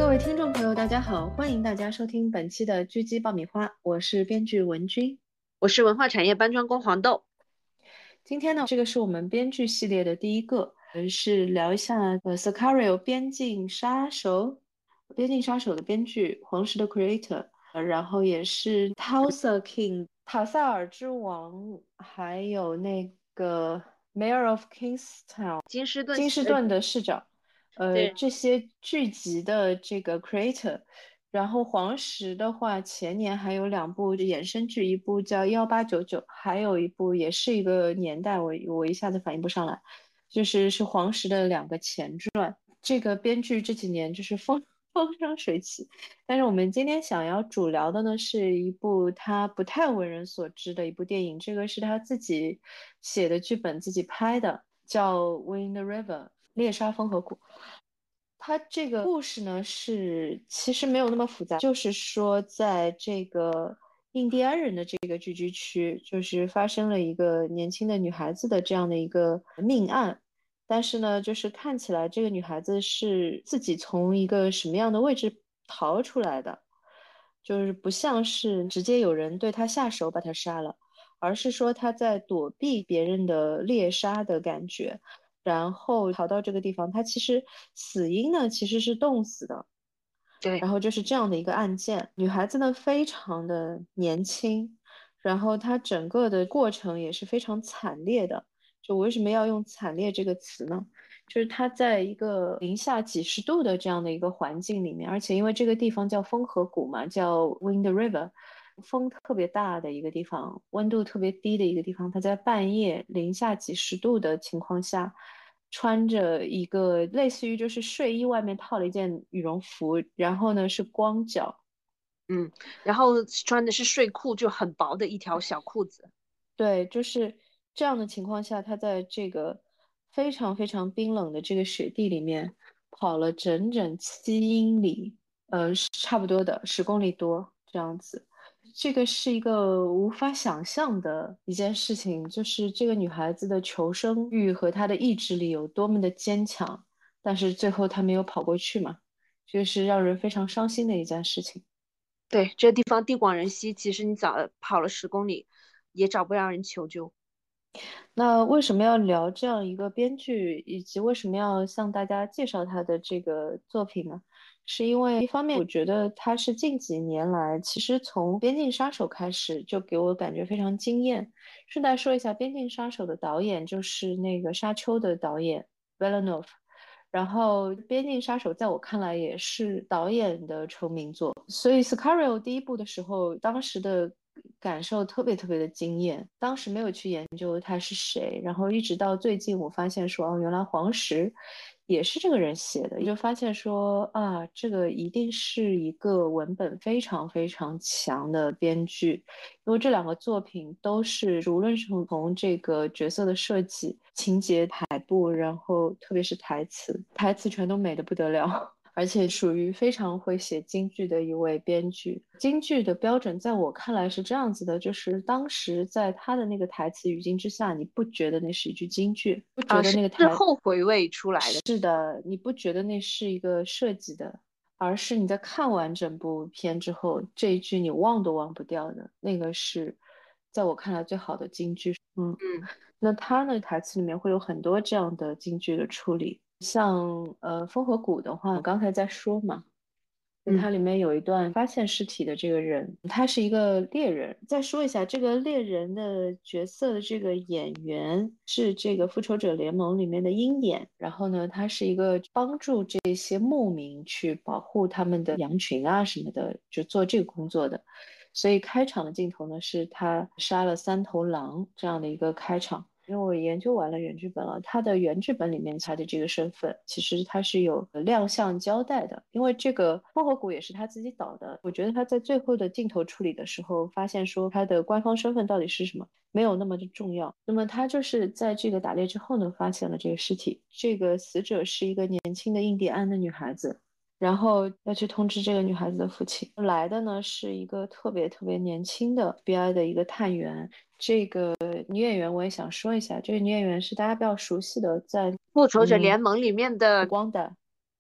位听众朋友，大家好，欢迎大家收听本期的狙击爆米花，我是编剧文君。 我是文化产业搬砖工黄豆。 今天呢，这个是我们编剧系列的第一个，是聊一下Sicario 边境杀手，边境杀手的编剧黄石的 creator，然后也是 Tulsa King 塔萨尔之王，还有那个 Mayor of Kingstown 金士顿， 金士顿的市长， 对这些剧集的这个 creator。然后黄石的话，前年还有两部衍生剧，一部叫1899，还有一部也是一个年代，我一下子反应不上来，是黄石的两个前传。这个编剧这几年就是风生水起，但是我们今天想要主聊的呢，是一部他不太为人所知的一部电影，这个是他自己写的剧本，自己拍的，叫《Wind River》猎杀风河谷。它这个故事呢是其实没有那么复杂，就是说在这个印第安人的这个聚居区，就是发生了一个年轻的女孩子的这样的一个命案，但是呢，就是看起来这个女孩子是自己从一个什么样的位置逃出来的，就是不像是直接有人对她下手把她杀了，而是说她在躲避别人的猎杀的感觉。然后逃到这个地方，他其实死因呢其实是冻死的， 对然后就是这样的一个案件。女孩子呢非常的年轻，然后她整个的过程也是非常惨烈的。就我为什么要用惨烈这个词呢？就是她在一个零下几十度的这样的一个环境里面，而且因为这个地方叫风河谷嘛，叫 Wind River。风特别大的一个地方，温度特别低的一个地方，它在半夜零下几十度的情况下，穿着一个类似于就是睡衣外面套了一件羽绒服，然后呢是光脚。 嗯，然后穿的是睡裤，就很薄的一条小裤子。 对，就是这样的情况下，他在这个非常非常冰冷的这个雪地里面跑了整整7英里，差不多的10公里多这样子。这个是一个无法想象的一件事情，就是这个女孩子的求生欲和她的意志力有多么的坚强，但是最后她没有跑过去嘛，这个是让人非常伤心的一件事情。 对，这个地方地广人稀，其实你早跑了10公里，也找不着人求救。 那为什么要聊这样一个编剧，以及为什么要向大家介绍他的这个作品呢？是因为一方面，我觉得他是近几年来，其实从《边境杀手》开始就给我感觉非常惊艳。顺带说一下，《边境杀手》的导演就是那个《沙丘》的导演 Villeneuve，然后《边境杀手》在我看来也是导演的成名作，所以《Sicario》第一部的时候，当时的感受特别特别的惊艳。当时没有去研究他是谁，然后一直到最近，我发现说，哦，原来黄石也是这个人写的，也就发现说，啊，这个一定是一个文本非常非常强的编剧，因为这两个作品都是，无论是从这个角色的设计、情节排布，然后特别是台词，台词全都美得不得了。而且属于非常会写京剧的一位编剧。京剧的标准在我看来是这样子的，就是当时在他的那个台词语境之下，你不觉得那是一句京剧，不觉啊， 得是那个台事后回味出来的。 是的，你不觉得那是一个设计的，而是你在看完整部片之后，这一句你忘都忘不掉的，那个是在我看来最好的京剧。嗯。 嗯那他呢，台词里面会有很多这样的京剧的处理，像风和谷的话，我刚才在说嘛，就嗯它里面有一段发现尸体的这个人，他是一个猎人。再说一下这个猎人的角色的这个演员是这个复仇者联盟里面的鹰眼，然后呢，他是一个帮助这些牧民去保护他们的羊群啊什么的，就做这个工作的。所以开场的镜头呢，是他杀了3头狼这样的一个开场。因为我研究完了原剧本了，他的原剧本里面他的这个身份，其实他是有亮相交代的。因为这个《共和谷》也是他自己导的，我觉得他在最后的镜头处理的时候，发现说他的官方身份到底是什么，没有那么的重要。那么他就是在这个打猎之后呢，发现了这个尸体，这个死者是一个年轻的印第安的女孩子。然后要去通知这个女孩子的父亲。来的呢是一个特别特别年轻的 FBI 的一个探员。这个女演员我也想说一下，这个女演员是大家比较熟悉的，在复仇者联盟里面的光的。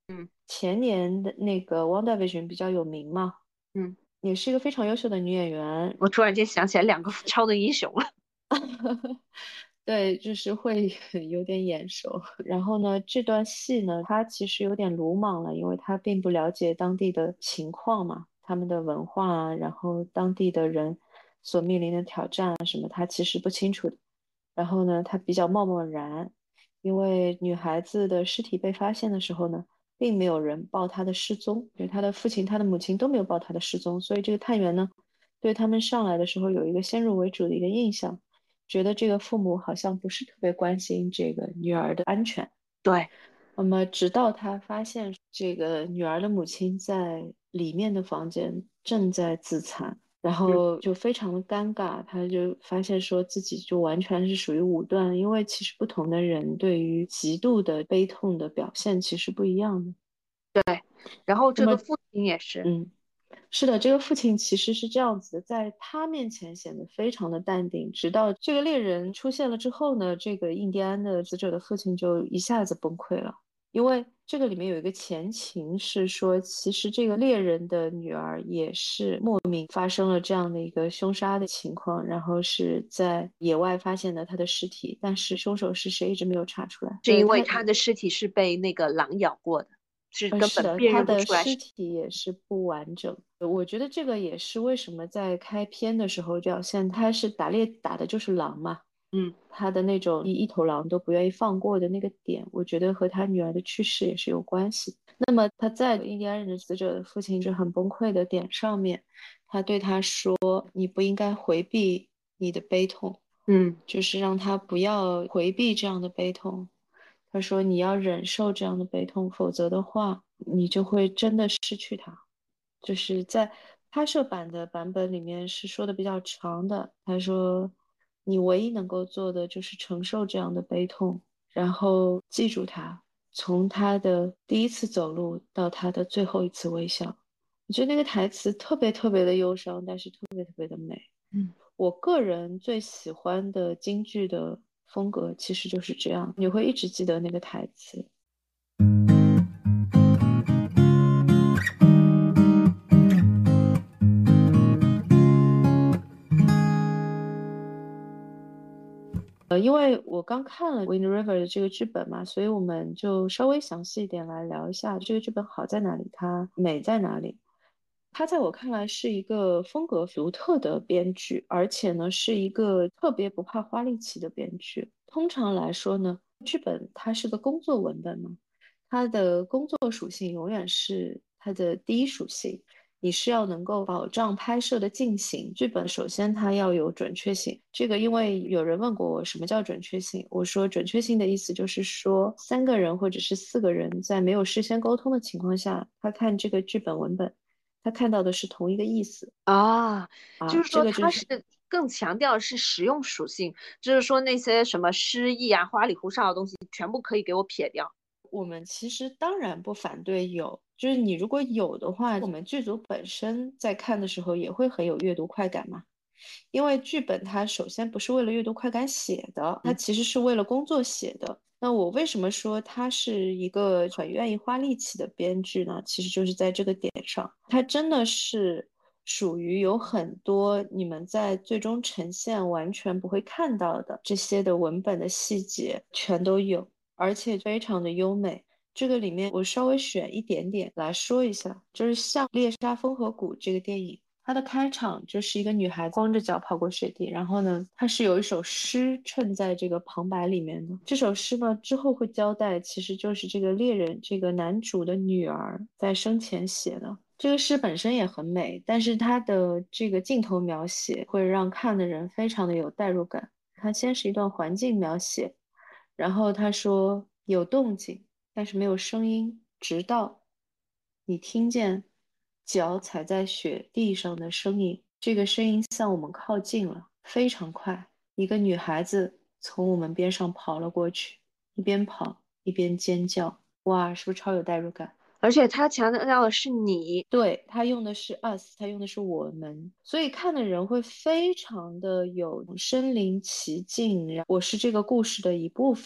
嗯前年的那个《WandaVision》比较有名嘛， 嗯， 也是一个非常优秀的女演员。 我突然间想起来两个超能英雄了。 对，就是会有点眼熟。然后呢，这段戏呢，他其实有点鲁莽了，因为他并不了解当地的情况嘛，他们的文化啊，然后当地的人所面临的挑战啊什么，他其实不清楚的。然后呢，他比较贸贸然，因为女孩子的尸体被发现的时候呢，并没有人报她的失踪，就是她的父亲、她的母亲都没有报她的失踪，所以这个探员呢，对他们上来的时候有一个先入为主的一个印象。觉得这个父母好像不是特别关心这个女儿的安全。 对， 那么，直到他发现这个女儿的母亲在里面的房间正在自残，然嗯， 后就非常的尴尬，他就发现说自己就完全是属于武断，因为其实不同的人对于极度的悲痛的表现其实不一样的。 然后那么， 这个父亲也是。 嗯。是的，这个父亲其实是这样子的，在他面前显得非常的淡定，直到这个猎人出现了之后呢，这个印第安的死者的父亲就一下子崩溃了，因为这个里面有一个前情是说，其实这个猎人的女儿也是莫名发生了这样的一个凶杀的情况，然后是在野外发现的他的尸体，但是凶手是谁一直没有查出来。 是因为他的尸体是被那个狼咬过的，是根是的， 本辨他的认不出来是。 尸体也是不完整。我觉得这个也是为什么在开篇的时候表现他是打猎打的就是狼嘛， 嗯， 他的那种一头狼都不愿意放过的那个点，我觉得和他女儿的去世也是有关系。那么他在印第安人的死者的父亲是很崩溃的点上面，他对他说：“你不应该回避你的悲痛。” 嗯， 就是让他不要回避这样的悲痛。他说你要忍受这样的悲痛，否则的话，你就会真的失去他。就是在拍摄版的版本里面是说的比较长的。他说你唯一能够做的就是承受这样的悲痛，然后记住他，从他的第一次走路到他的最后一次微笑。我觉得那个台词特别特别的忧伤，但是特别特别的美。 嗯， 我个人最喜欢的京剧的风格其实就是这样，你会一直记得那个台词。因为我刚看了《Wind River》的这个剧本嘛，所以我们就稍微详细一点来聊一下这个剧本好在哪里，它美在哪里。它在我看来是一个风格独特的编剧，而且呢是一个特别不怕花力气的编剧。通常来说呢，剧本它是个工作文本嘛，它的工作属性永远是它的第一属性。你是要能够保障拍摄的进行。剧本首先它要有准确性，这个因为有人问过我什么叫准确性，我说准确性的意思就是说三个人或者是四个人在没有事先沟通的情况下，他看这个剧本文本，他看到的是同一个意思啊，就啊， 是说这个就是它是更强调的是实用属性，就是说那些什么诗意啊、花里胡哨的东西，全部可以给我撇掉。 我们其实当然不反对有，就是你如果有的话，我们剧组本身在看的时候也会很有阅读快感嘛。因为剧本它首先不是为了阅读快感写的，它嗯， 其实是为了工作写的。那我为什么说他是一个很愿意花力气的编剧呢？其实就是在这个点上，它真的是属于有很多你们在最终呈现完全不会看到的这些的文本的细节全都有，而且非常的优美。这个里面我稍微选一点点来说一下，就是像《猎杀风河谷》这个电影。它的开场就是一个女孩子光着脚跑过雪地，然后呢，它是有一首诗衬在这个旁白里面的。这首诗呢，之后会交代，其实就是这个猎人这个男主的女儿在生前写的。这个诗本身也很美，但是它的这个镜头描写会让看的人非常的有代入感。它先是一段环境描写，然后他说有动静，但是没有声音，直到你听见脚踩在雪地上的声音，这个声音向我们靠近了，非常快。一个女孩子从我们边上跑了过去，一边跑一边尖叫。哇，是不是超有代入感？ 而且他强调的是你。 对，他用的是 us，他用的是我们，所以看的人会非常的有身临其境，然后我是这个故事的一部分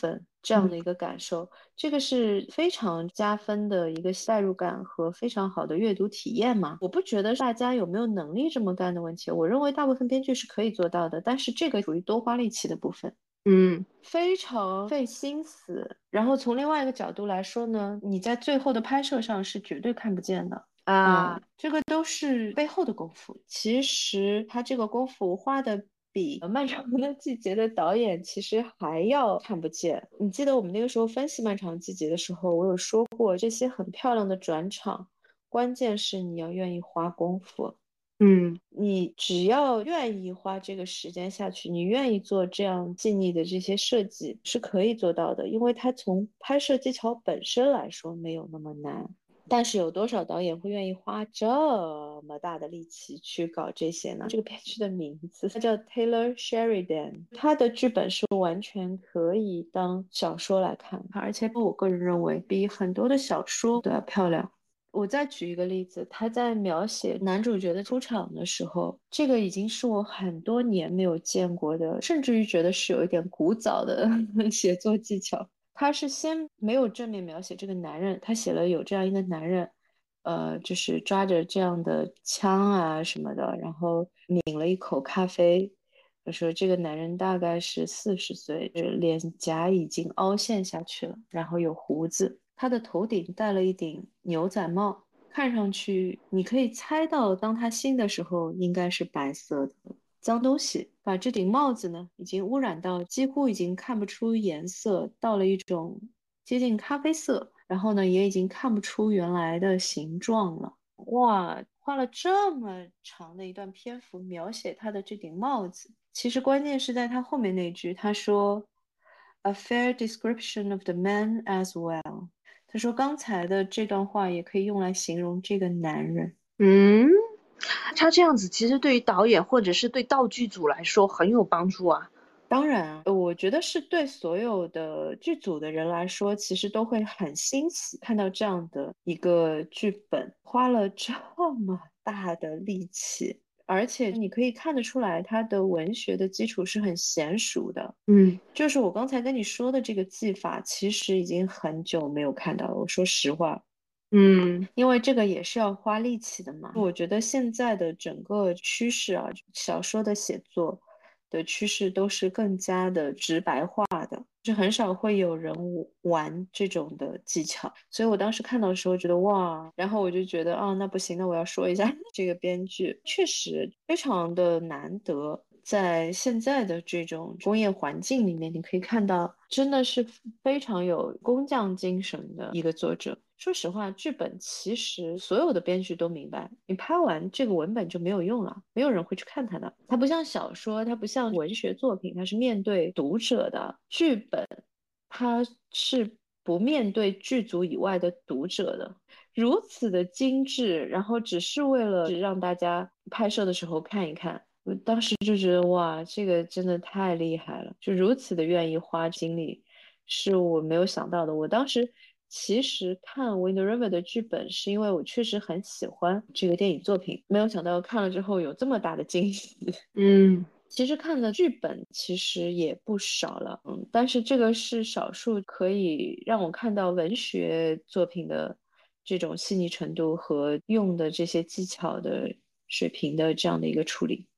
这样嗯的一个感受，这个是非常加分的一个代入感和非常好的阅读体验嘛。我不觉得大家有没有能力这么干的问题，我认为大部分编剧是可以做到的，但是这个属于多花力气的部分。 嗯非常费心思，然后从另外一个角度来说呢，你在最后的拍摄上是绝对看不见的。 啊， 这个都是背后的功夫。其实他这个功夫花的比《漫长的季节》的导演其实还要看不见。你记得我们那个时候分析《漫长的季节》的时候，我有说过这些很漂亮的转场，关键是你要愿意花功夫。 嗯你只要愿意花这个时间下去，你愿意做这样细腻的这些设计，是可以做到的，因为它从拍摄技巧本身来说没有那么难。但是有多少导演会愿意花这么大的力气去搞这些呢？这个编剧的名字他叫 Taylor Sheridan，他的剧本是完全可以当小说来看，而且我个人认为比很多的小说都要漂亮。我再举一个例子，他在描写男主角的出场的时候，这个已经是我很多年没有见过的，甚至于觉得是有一点古早的写作技巧。他是先没有正面描写这个男人，他写了有这样一个男人，就是抓着这样的枪啊什么的，然后抿了一口咖啡。他说这个男人大概是40岁，脸颊已经凹陷下去了，然后有胡子。他的头顶戴了一顶牛仔帽，看上去你可以猜到，当他新的时候应该是白色的。脏东西把这顶帽子呢，已经污染到几乎已经看不出颜色，到了一种接近咖啡色，然后呢，也已经看不出原来的形状了。哇，花了这么长的一段篇幅描写他的这顶帽子，其实关键是在他后面那句，他说："A fair description of the man as well." 他说刚才的这段话也可以用来形容这个男人。 嗯，他这样子其实对于导演或者是对道具组来说很有帮助啊。 当然，我觉得是对所有的剧组的人来说，其实都会很欣喜看到这样的一个剧本，花了这么大的力气，而且你可以看得出来，他的文学的基础是很娴熟的。 嗯就是我刚才跟你说的这个技法，其实已经很久没有看到了。我说实话， 嗯因为这个也是要花力气的嘛。我觉得现在的整个趋势啊，小说的写作的趋势都是更加的直白化的，就很少会有人玩这种的技巧。所以我当时看到的时候觉得哇，然后我就觉得啊，那不行，那我要说一下这个编剧确实非常的难得。在现在的这种工业环境里面，你可以看到，真的是非常有工匠精神的一个作者。说实话，剧本其实所有的编剧都明白，你拍完这个文本就没有用了，没有人会去看它的。它不像小说，它不像文学作品，它是面对读者的。剧本它是不面对剧组以外的读者的。如此的精致，然后只是为了让大家拍摄的时候看一看。我当时就觉得哇，这个真的太厉害了，就如此的愿意花精力，是我没有想到的。我当时其实看《Wind River》的剧本，是因为我确实很喜欢这个电影作品，没有想到看了之后有这么大的惊喜。 嗯。 其实看的剧本其实也不少了，但是这个是少数可以让我看到文学作品的这种细腻程度和用的这些技巧的水平的这样的一个处理。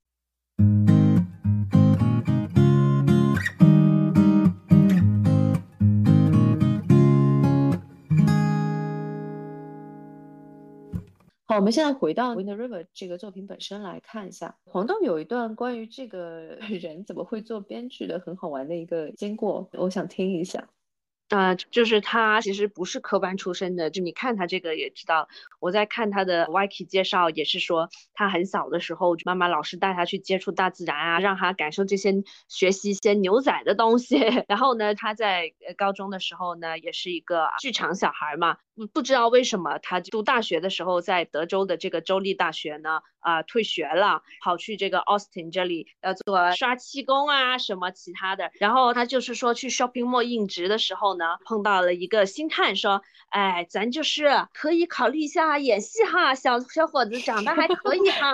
好，我们现在回到《Wind River》这个作品本身来看一下。黄豆有一段关于这个人怎么会做编剧的很好玩的一个经过，我想听一下。 就是他其实不是科班出身的，就你看他这个也知道。我在看他的 Wiki 介绍，也是说他很小的时候，妈妈老是带他去接触大自然啊，让他感受这些，学习一些牛仔的东西。然后呢，他在高中的时候呢，也是一个剧场小孩嘛，不知道为什么他读大学的时候，在德州的这个州立大学呢，退学了，跑去这个 Austin 这里要做刷漆工啊，什么其他的。然后他就是说去 shopping mall 应职的时候呢，碰到了一个星探说，哎，咱就是可以考虑一下演戏哈，小伙子长得还可以哈。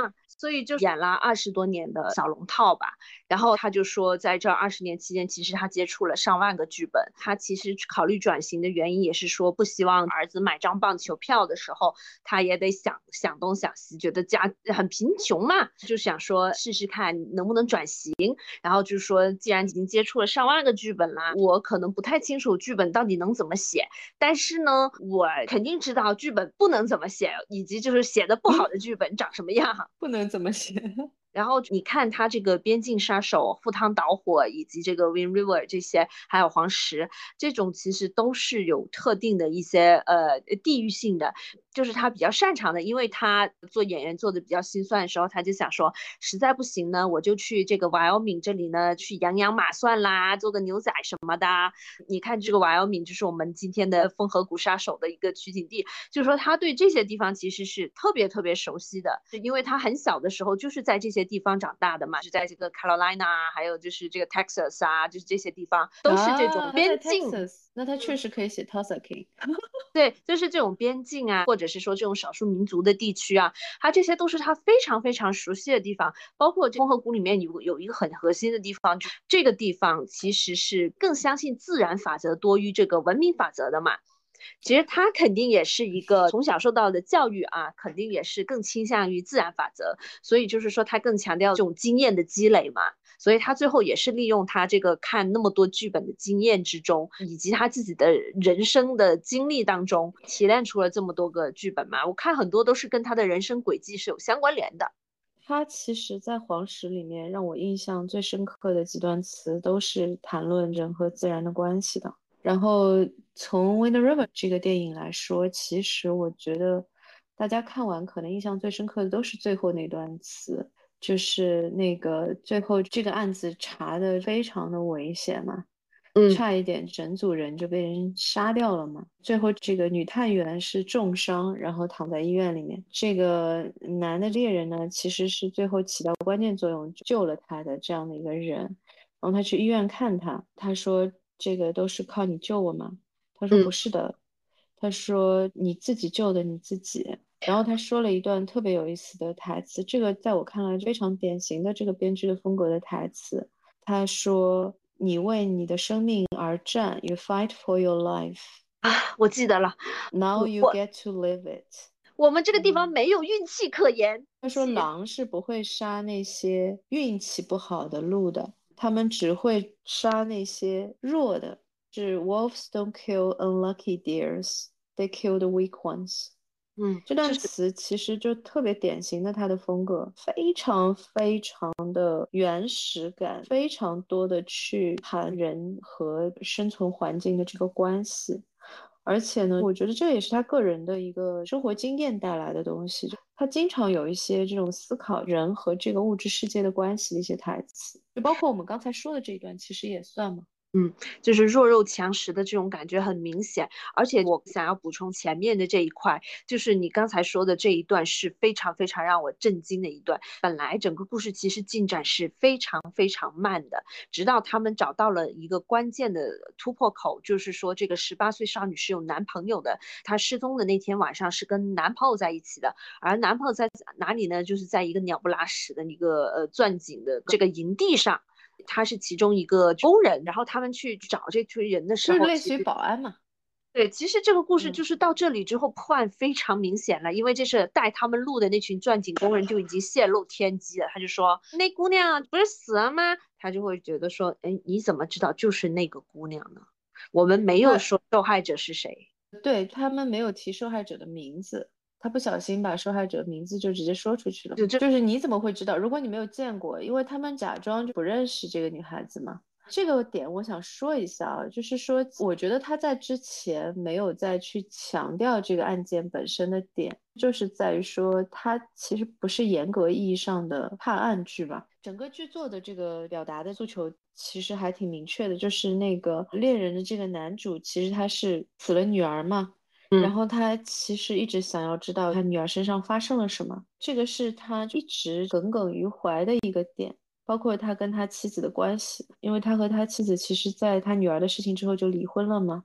所以就演了20多年的小龙套吧。然后他就说，在这20年期间，其实他接触了上万个剧本。他其实考虑转型的原因也是说，不希望儿子买张棒球票的时候，他也得想东想西，觉得家很贫穷嘛，就想说试试看能不能转型。然后就是说，既然已经接触了上万个剧本啦，我可能不太清楚剧本到底能怎么写，但是呢，我肯定知道剧本不能怎么写，以及就是写的不好的剧本长什么样。 不能怎么写。 然后你看他这个边境杀手、赴汤蹈火，以及这个 Wind River 这些，还有黄石这种，其实都是有特定的一些地域性的，就是他比较擅长的。因为他做演员做的比较心酸的时候，他就想说，实在不行呢，我就去这个 Wyoming 这里呢，去养马算啦，做个牛仔什么的。你看这个 Wyoming 就是我们今天的风河谷杀手的一个取景地，就是说他对这些地方其实是特别特别熟悉的，因为他很小的时候就是在这些地方长大的嘛，是在这个 Carolina 啊，还有就是这个 Texas 啊，就是这些地方都是这种他在边境。 Texas，那他确实可以写 Tulsa King。 对，就是这种边境啊，或者是说这种少数民族的地区啊，它这些都是他非常非常熟悉的地方。包括共和国里面有一个很核心的地方，这个地方其实是更相信自然法则多于这个文明法则的嘛。其实他肯定也是一个从小受到的教育啊，肯定也是更倾向于自然法则，所以就是说他更强调这种经验的积累嘛。所以他最后也是利用他这个看那么多剧本的经验之中，以及他自己的人生的经历当中，提炼出了这么多个剧本嘛。我看很多都是跟他的人生轨迹是有相关联的。 他其实，在黄石里面让我印象最深刻的几段词，都是谈论人和自然的关系的。然后从《Wind River》这个电影来说，其实我觉得大家看完可能印象最深刻的都是最后那段词，就是那个最后这个案子查的非常的危险嘛， 嗯差一点整组人就被人杀掉了嘛。最后这个女探员是重伤，然后躺在医院里面。这个男的猎人呢，其实是最后起到关键作用，救了他的这样的一个人。然后他去医院看他，他说这个都是靠你救我吗？他说不嗯。 是的，他说你自己救的你自己。然后他说了一段特别有意思的台词，这个在我看来非常典型的这个编剧的风格的台词。他说：“你为你的生命而战，You fight for your life. 啊，我记得了， Now 我 you 我 get to live it.” 我们这个地方嗯， 没有运气可言。 他说狼是不会杀那些运气不好的鹿的，他们只会杀那些弱的。是 Wolves don't kill unlucky deers, they kill the weak ones. 嗯， 这段词其实就特别典型的他的风格，非常非常的原始感，非常多的去谈人和生存环境的这个关系。而且呢，我觉得这也是他个人的一个生活经验带来的东西。就他经常有一些这种思考人和这个物质世界的关系的一些台词，就包括我们刚才说的这一段，其实也算嘛。 就是弱肉强食的这种感觉很明显。而且我想要补充前面的这一块，就是你刚才说的这一段是非常非常让我震惊的一段。本来整个故事其实进展是非常非常慢的，直到他们找到了一个关键的突破口，就是说这个18岁少女是有男朋友的，她失踪的那天晚上是跟男朋友在一起的，而男朋友在哪里呢？就是在一个鸟不拉屎的一个钻井的这个营地上。他是其中一个工人，然后他们去找这堆人的时候， 就是类似于其实保安嘛。 对，其实这个故事嗯。 就是到这里之后破案非常明显了，因为这是带他们录的那群钻井工人就已经泄露天机了。他就说那姑娘不是死了吗？他就会觉得说，哎，你怎么知道就是那个姑娘呢？我们没有他说受害者是谁。 对，他们没有提受害者的名字，他不小心把受害者名字就直接说出去了。 就这， 就是你怎么会知道？如果你没有见过，因为他们假装就不认识这个女孩子嘛。这个点我想说一下啊，就是说，我觉得他在之前没有再去强调这个案件本身的点，就是在于说，它其实不是严格意义上的判案剧吧。整个剧作的这个表达的诉求其实还挺明确的，就是那个猎人的这个男主，其实他是死了女儿嘛，然嗯后他其实一直想要知道他女儿身上发生了什么，这个是他一直耿耿于怀的一个点。包括他跟他妻子的关系，因为他和他妻子其实在他女儿的事情之后就离婚了嘛。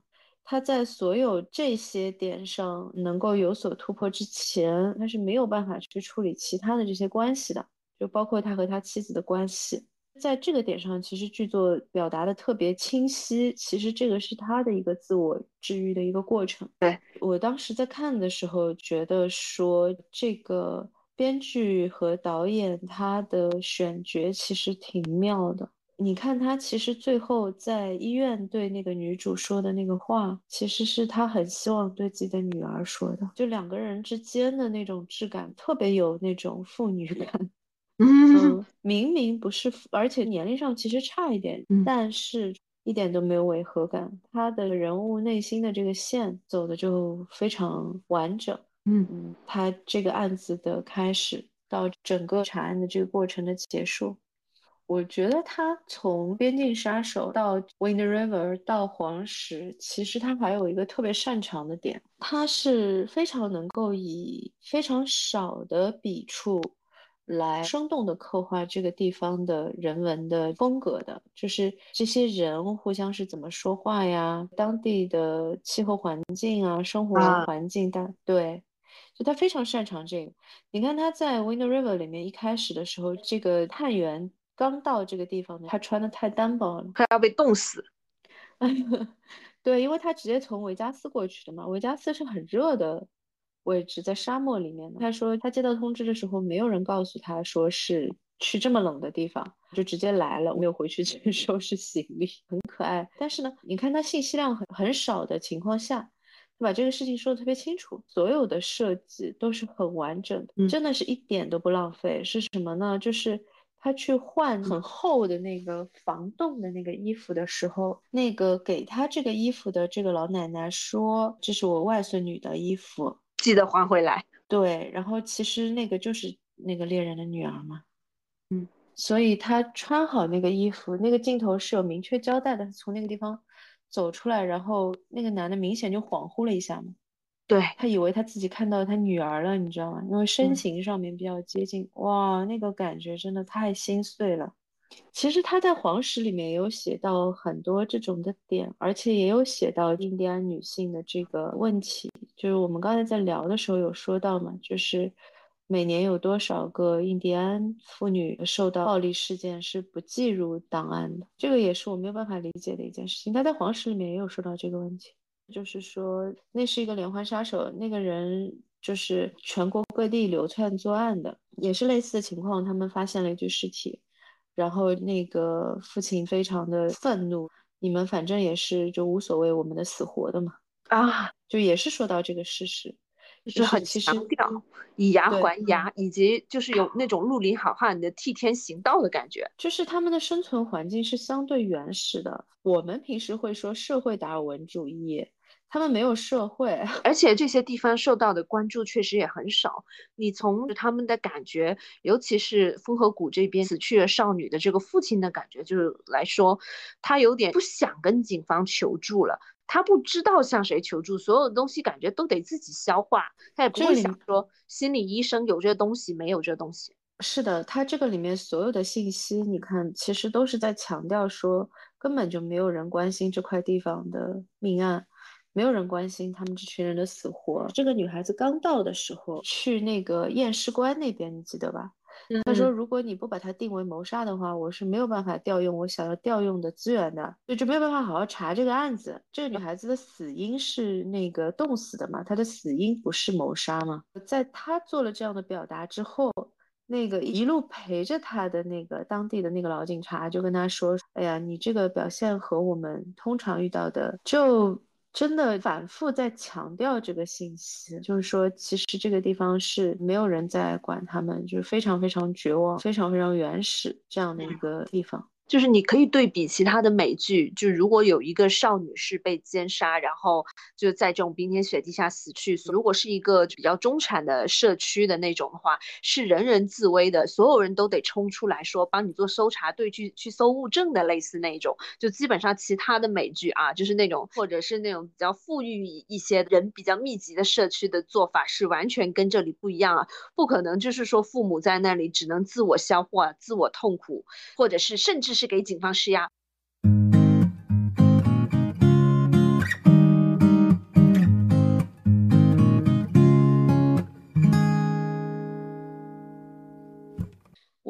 他在所有这些点上能够有所突破之前，他是没有办法去处理其他的这些关系的，就包括他和他妻子的关系。在这个点上，其实剧作表达的特别清晰，其实这个是他的一个自我治愈的一个过程。 对， 我当时在看的时候，觉得说这个编剧和导演他的选角其实挺妙的。你看他其实最后在医院对那个女主说的那个话，其实是他很希望对自己的女儿说的，就两个人之间的那种质感特别有那种父女感。 嗯明明不是父，而且年龄上其实差一点， 嗯但是一点都没有违和感。他的人物内心的这个线走的就非常完整。 嗯他这个案子的开始到整个查案的这个过程的结束，我觉得他从《边境杀手》到《Wind River》到《黄石》，其实他还有一个特别擅长的点，他是非常能够以非常少的笔触来生动的刻画这个地方的人文的风格的，就是这些人互相是怎么说话呀，当地的气候环境啊，生活啊， 环境对，就他非常擅长这个。你看他在《Wind River》里面一开始的时候，这个探员刚到这个地方呢，他穿的太单薄了。 快要被冻死。 对，因为他直接从维加斯过去的嘛，维加斯是很热的位置，在沙漠里面的。他说他接到通知的时候，没有人告诉他说是去这么冷的地方，就直接来了，没有回去去收拾行李，很可爱。但是呢，你看他信息量很少的情况下，他把这个事情说的特别清楚，所有的设计都是很完整的， 嗯， 真的是一点都不浪费。是什么呢？就是他去换很厚的那个防冻的那个衣服的时候，那个给他这个衣服的这个老奶奶说：“这是我外孙女的衣服。” 记得还回来。 对，然后其实那个就是那个猎人的女儿嘛。 嗯， 所以他穿好那个衣服，那个镜头是有明确交代的，从那个地方走出来，然后那个男的明显就恍惚了一下嘛， 对， 他以为他自己看到他女儿了，你知道吗？因为身嗯形上面比较接近，哇，那个感觉真的太心碎了。其实他在《黄石》里面也有写到很多这种的点，而且也有写到印第安女性的这个问题。就是我们刚才在聊的时候有说到嘛，就是每年有多少个印第安妇女受到暴力事件是不计入档案的，这个也是我没有办法理解的一件事情。他在《黄石》里面也有说到这个问题，就是说那是一个连环杀手，那个人就是全国各地流窜作案的，也是类似的情况，他们发现了一具尸体。然后那个父亲非常的愤怒，你们反正也是就无所谓我们的死活的嘛， 啊， 就也是说到这个事实，就是就是很其实强调以牙对， 还牙，以及就是有那种绿林好汉的替天行道的感觉。 就是他们的生存环境是相对原始的，我们平时会说社会达尔文主义，他们没有社会， 而且这些地方受到的关注确实也很少。你从他们的感觉，尤其是丰河谷这边死去的少女的这个父亲的感觉，就是来说，他有点不想跟警方求助了。他不知道向谁求助，所有的东西感觉都得自己消化，他也不会这里想说心理医生有这东西没有这东西。 是的，它这个里面所有的信息，你看，其实都是在强调说，根本就没有人关心这块地方的命案，没有人关心他们这群人的死活。这个女孩子刚到的时候，去那个验尸官那边，你记得吧？他说， 嗯， 如果你不把它定为谋杀的话，我是没有办法调用我想要调用的资源的，就没有办法好好查这个案子。这个女孩子的死因是那个冻死的嘛？她的死因不是谋杀吗？在她做了这样的表达之后。那个一路陪着他的那个当地的那个老警察就跟他说：“哎呀，你这个表现和我们通常遇到的，就真的反复在强调这个信息，就是说，其实这个地方是没有人在管他们，就是非常非常绝望、非常非常原始这样的一个地方。” 就是你可以对比其他的美剧，就如果有一个少女是被奸杀，然后就在这种冰天雪地下死去，如果是一个比较中产的社区的那种的话，是人人自危的，所有人都得冲出来说帮你做搜查队去搜物证的，类似那种。就基本上其他的美剧啊，就是那种或者是那种比较富裕一些人比较密集的社区的做法是完全跟这里不一样啊，不可能就是说父母在那里只能自我消化、自我痛苦。或者是甚至是给警方施压。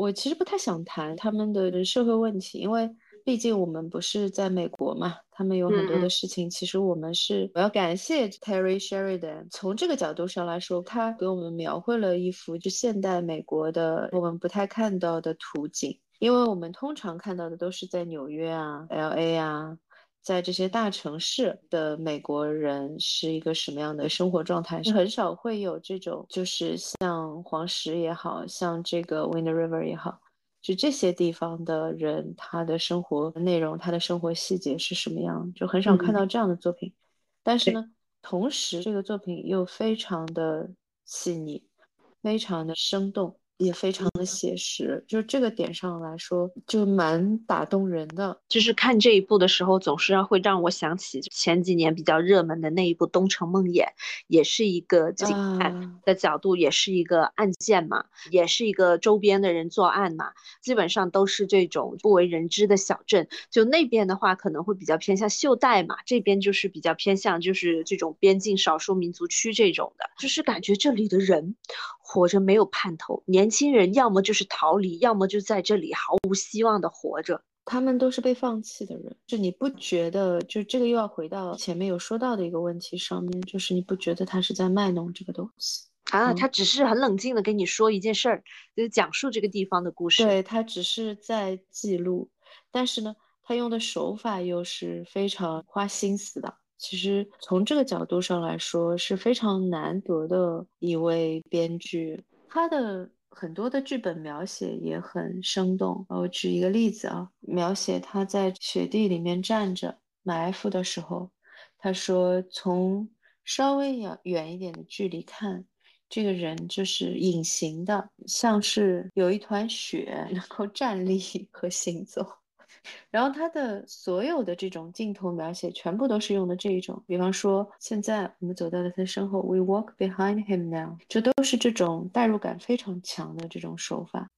我其实不太想谈他们的社会问题，因为毕竟我们不是在美国嘛，他们有很多的嗯事情，其实我要感谢 Terry Sheridan，从这个角度上来说，他给我们描绘了一幅就现代美国的我们不太看到的图景，因为我们通常看到的都是在纽约啊、LA 啊。在这些大城市的美国人是一个什么样的生活状态？是很少会有这种，就是像黄石也好像这个 Wind River 也好，就这些地方的人，他的生活内容、他的生活细节是什么样，就很少看嗯， 到这样的作品。但是对。 呢，同时这个作品又非常的细腻，非常的生动，也非常的写实，就这个点上来说，就蛮打动人的就是看这一部的时候，总是会让我想起前几年比较热门的那一部《东城梦魇》，也是一个警探啊。 的角度，也是一个案件嘛，也是一个周边的人作案嘛，基本上都是这种不为人知的小镇。就那边的话，可能会比较偏向袖带嘛，这边就是比较偏向就是这种边境少数民族区这种的，就是感觉这里的人活着没有盼头，年轻人要么就是逃离，要么就在这里毫无希望的活着。 他们都是被放弃的人，就你不觉得？就这个又要回到前面有说到的一个问题上面，就是你不觉得他是在卖弄这个东西？ 啊，他嗯， 只是很冷静的跟你说一件事儿，就是讲述这个地方的故事。 对，他只是在记录，但是呢，他用的手法又是非常花心思的。其实从这个角度上来说，是非常难得的一位编剧。他的很多的剧本描写也很生动。我举一个例子啊，描写他在雪地里面站着埋伏的时候，他说从稍微远一点的距离看。这个人就是隐形的，像是有一团雪能够站立和行走。然后他的所有的这种镜头描写，全部都是用的这一种，比方说现在我们走到了他身后，We walk behind him now，这都是这种代入感非常强的这种手法。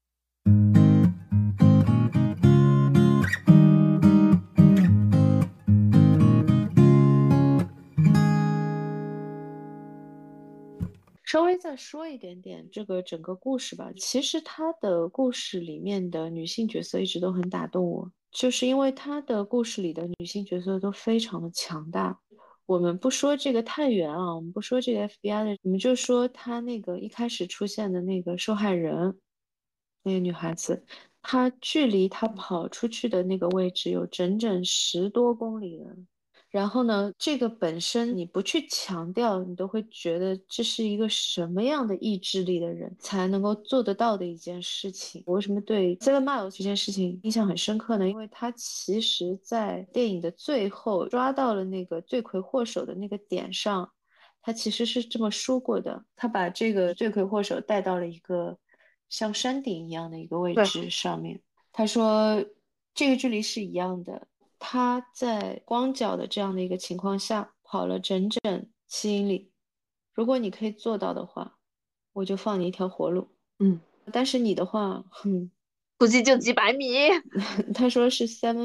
稍微再说一点点这个整个故事吧。其实他的故事里面的女性角色一直都很打动我，就是因为他的故事里的女性角色都非常的强大。我们不说这个探员啊，我们不说这个 FBI 的，我们就说他那个一开始出现的那个受害人，那个女孩子，她距离她跑出去的那个位置有整整10多公里了。然后呢，这个本身你不去强调，你都会觉得这是一个什么样的意志力的人才能够做得到的一件事情。我为什么对 Seven Miles 这件事情印象很深刻呢？因为他其实在电影的最后抓到了那个罪魁祸首的那个点上，他其实是这么说过的，他把这个罪魁祸首带到了一个像山顶一样的一个位对， 置上面。他说这个距离是一样的。他在光脚的这样的一个情况下跑了整整7英里。如果你可以做到的话，我就放你一条活路。 嗯， 但是你的话， 估计就几百米。 他说是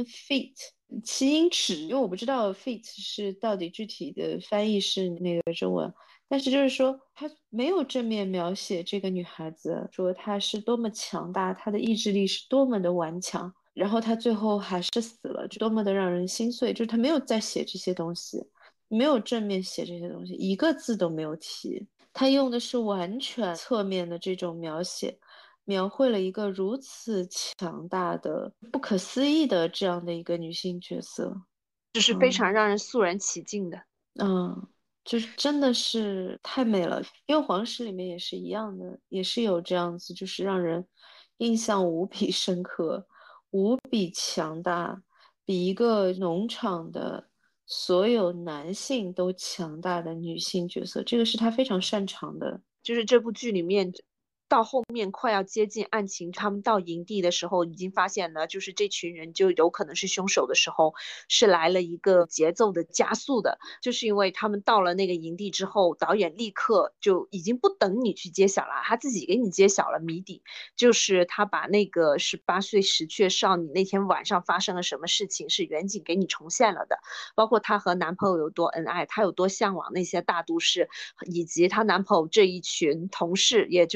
7 feet，7英尺，因为我不知道 feet 是到底具体的翻译是那个中文，但是就是说他没有正面描写这个女孩子，说她是多么强大，她的意志力是多么的顽强，然后她最后还是死了，就多么的让人心碎，就是他没有在写这些东西，没有正面写这些东西，一个字都没有提，他用的是完全侧面的这种描写。描绘了一个如此强大的、不可思议的这样的一个女性角色。 就是非常嗯让人肃然起敬的。 嗯，就是真的是太美了。因为黄石里面也是一样的，也是有这样子，就是让人印象无比深刻、无比强大，比一个农场的所有男性都强大的女性角色，这个是他非常擅长的。 就是这部剧里面到后面快要接近案情，他们到营地的时候，已经发现了，就是这群人就有可能是凶手的时候，是来了一个节奏的加速的，就是因为他们到了那个营地之后，导演立刻就已经不等你去揭晓了，他自己给你揭晓了谜底，就是他把那个18岁石雀少女那天晚上发生了什么事情，是远景给你重现了的，包括她和男朋友有多恩爱，她有多向往那些大都市，以及她男朋友这一群同事，也就是说犯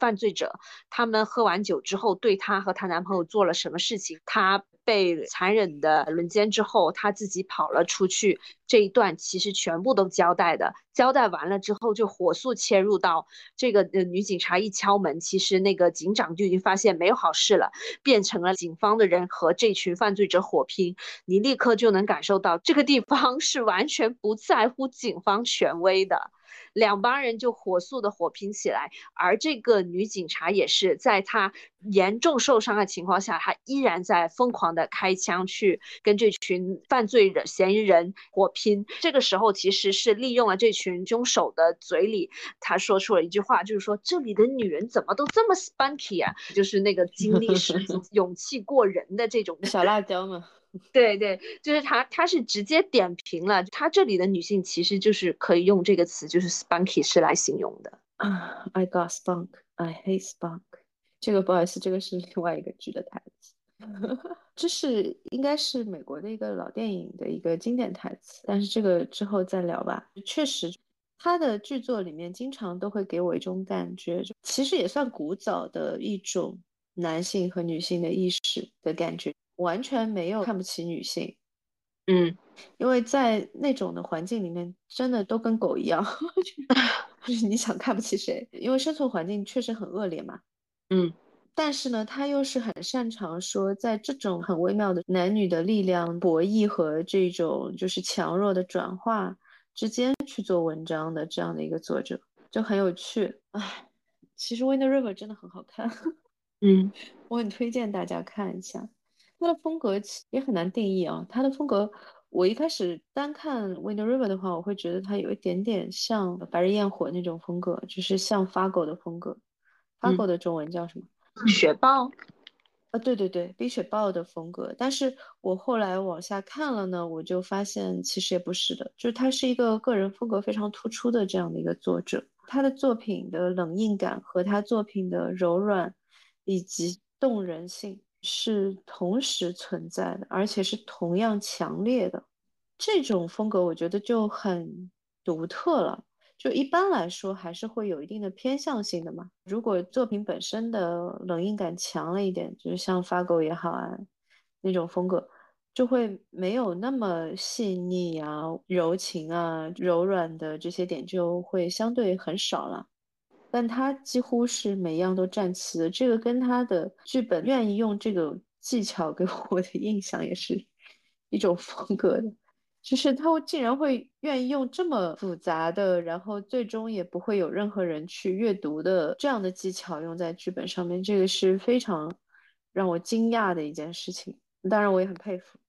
犯罪者他们喝完酒之后对她和她男朋友做了什么事情，她被残忍的轮奸之后，她自己跑了出去，这一段其实全部都交代的。交代完了之后，就火速切入到这个女警察一敲门，其实那个警长就已经发现没有好事了，变成了警方的人和这群犯罪者火拼。你立刻就能感受到这个地方是完全不在乎警方权威的。两帮人就火速的火拼起来，而这个女警察也是在她严重受伤的情况下，她依然在疯狂的开枪去跟这群犯罪的嫌疑人火拼。这个时候其实是利用了这群凶手的嘴里，他说出了一句话，就是说这里的女人怎么都这么 spunky 啊，就是那个精力十足、勇气过人的这种小辣椒嘛。 对对，就是他是直接点评了，他这里的女性其实就是可以用这个词，就是 spunky 是来形容的。 I got spunk, I hate spunk。这个不好意思，这个是另外一个剧的台词。这是应该是美国的一个老电影的一个经典台词，但是这个之后再聊吧。确实，他的剧作里面经常都会给我一种感觉，其实也算古早的一种男性和女性的意识的感觉，完全没有看不起女性。 嗯因为在那种的环境里面，真的都跟狗一样，就是你想看不起谁，因为生存环境确实很恶劣嘛。 嗯但是呢，他又是很擅长说，在这种很微妙的男女的力量博弈和这种就是强弱的转化之间去做文章的这样的一个作者，就很有趣。唉，其实《Wind River》真的很好看。 嗯我很推荐大家看一下。他的风格也很难定义啊。他的风格，我一开始单看《Wind River》的话，我会觉得他有一点点像《白日焰火》那种风格，就是像 Fargo 的风格。 嗯， Fargo 的中文叫什么？ 雪豹。 对对对，冰雪暴的风格。但是我后来往下看了呢，我就发现其实也不是的，就是他是一个个人风格非常突出的这样的一个作者。他的作品的冷硬感和他作品的柔软以及动人性是同时存在的，而且是同样强烈的。这种风格我觉得就很独特了。就一般来说还是会有一定的偏向性的嘛。如果作品本身的冷硬感强了一点，就是像发狗也好啊那种风格，就会没有那么细腻啊、柔情啊、柔软的这些点就会相对很少了。但他几乎是每样都占齐的，这个跟他的剧本愿意用这个技巧给我的印象也是一种风格的。就是他会竟然会愿意用这么复杂的，然后最终也不会有任何人去阅读的这样的技巧用在剧本上面，这个是非常让我惊讶的一件事情。当然，我也很佩服。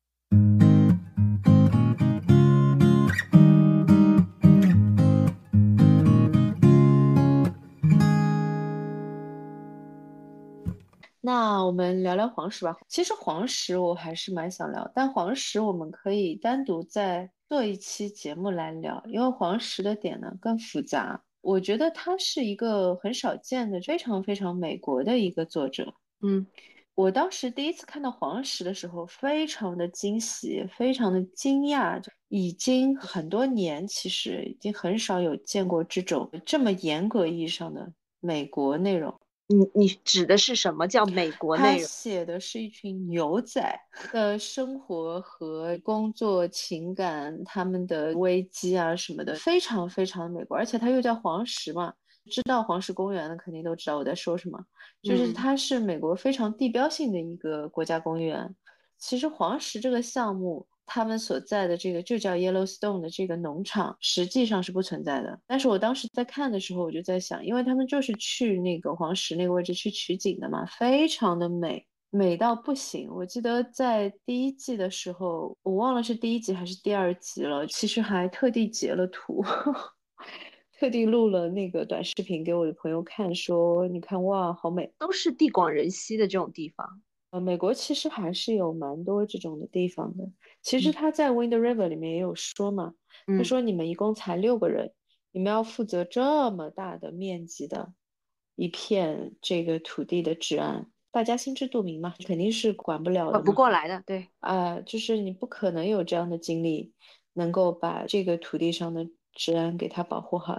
那我们聊聊黄石吧。其实黄石我还是蛮想聊，但黄石我们可以单独再做一期节目来聊，因为黄石的点呢更复杂。我觉得他是一个很少见的、非常非常美国的一个作者。 嗯我当时第一次看到黄石的时候，非常的惊喜，非常的惊讶，就已经很多年，其实已经很少有见过这种这么严格意义上的美国内容。 你指的是什么叫美国他内容？ 写的是一群牛仔的生活和工作、情感，他们的危机啊什么的，非常非常美国，而且它又叫黄石嘛，知道黄石公园的肯定都知道我在说什么，就是嗯它是美国非常地标性的一个国家公园。其实黄石这个项目，他们所在的这个就叫 Yellowstone 的这个农场，实际上是不存在的。但是我当时在看的时候，我就在想，因为他们就是去那个黄石那个位置去取景的嘛，非常的美，美到不行。我记得在第一季的时候，我忘了是第一集还是第二集了，其实还特地截了图。特地录了那个短视频给我的朋友看，说你看哇，好美。 都是地广人稀的这种地方。 美国其实还是有蛮多这种的地方的。其实嗯他在《Wind River》里面也有说嘛，他嗯说你们一共才6个人，你们要负责这么大的面积的一片这个土地的治安，大家心知肚明嘛，肯定是管不了管不的嘛。 过来的，对。 就是你不可能有这样的精力，能够把这个土地上的治安给它保护好的。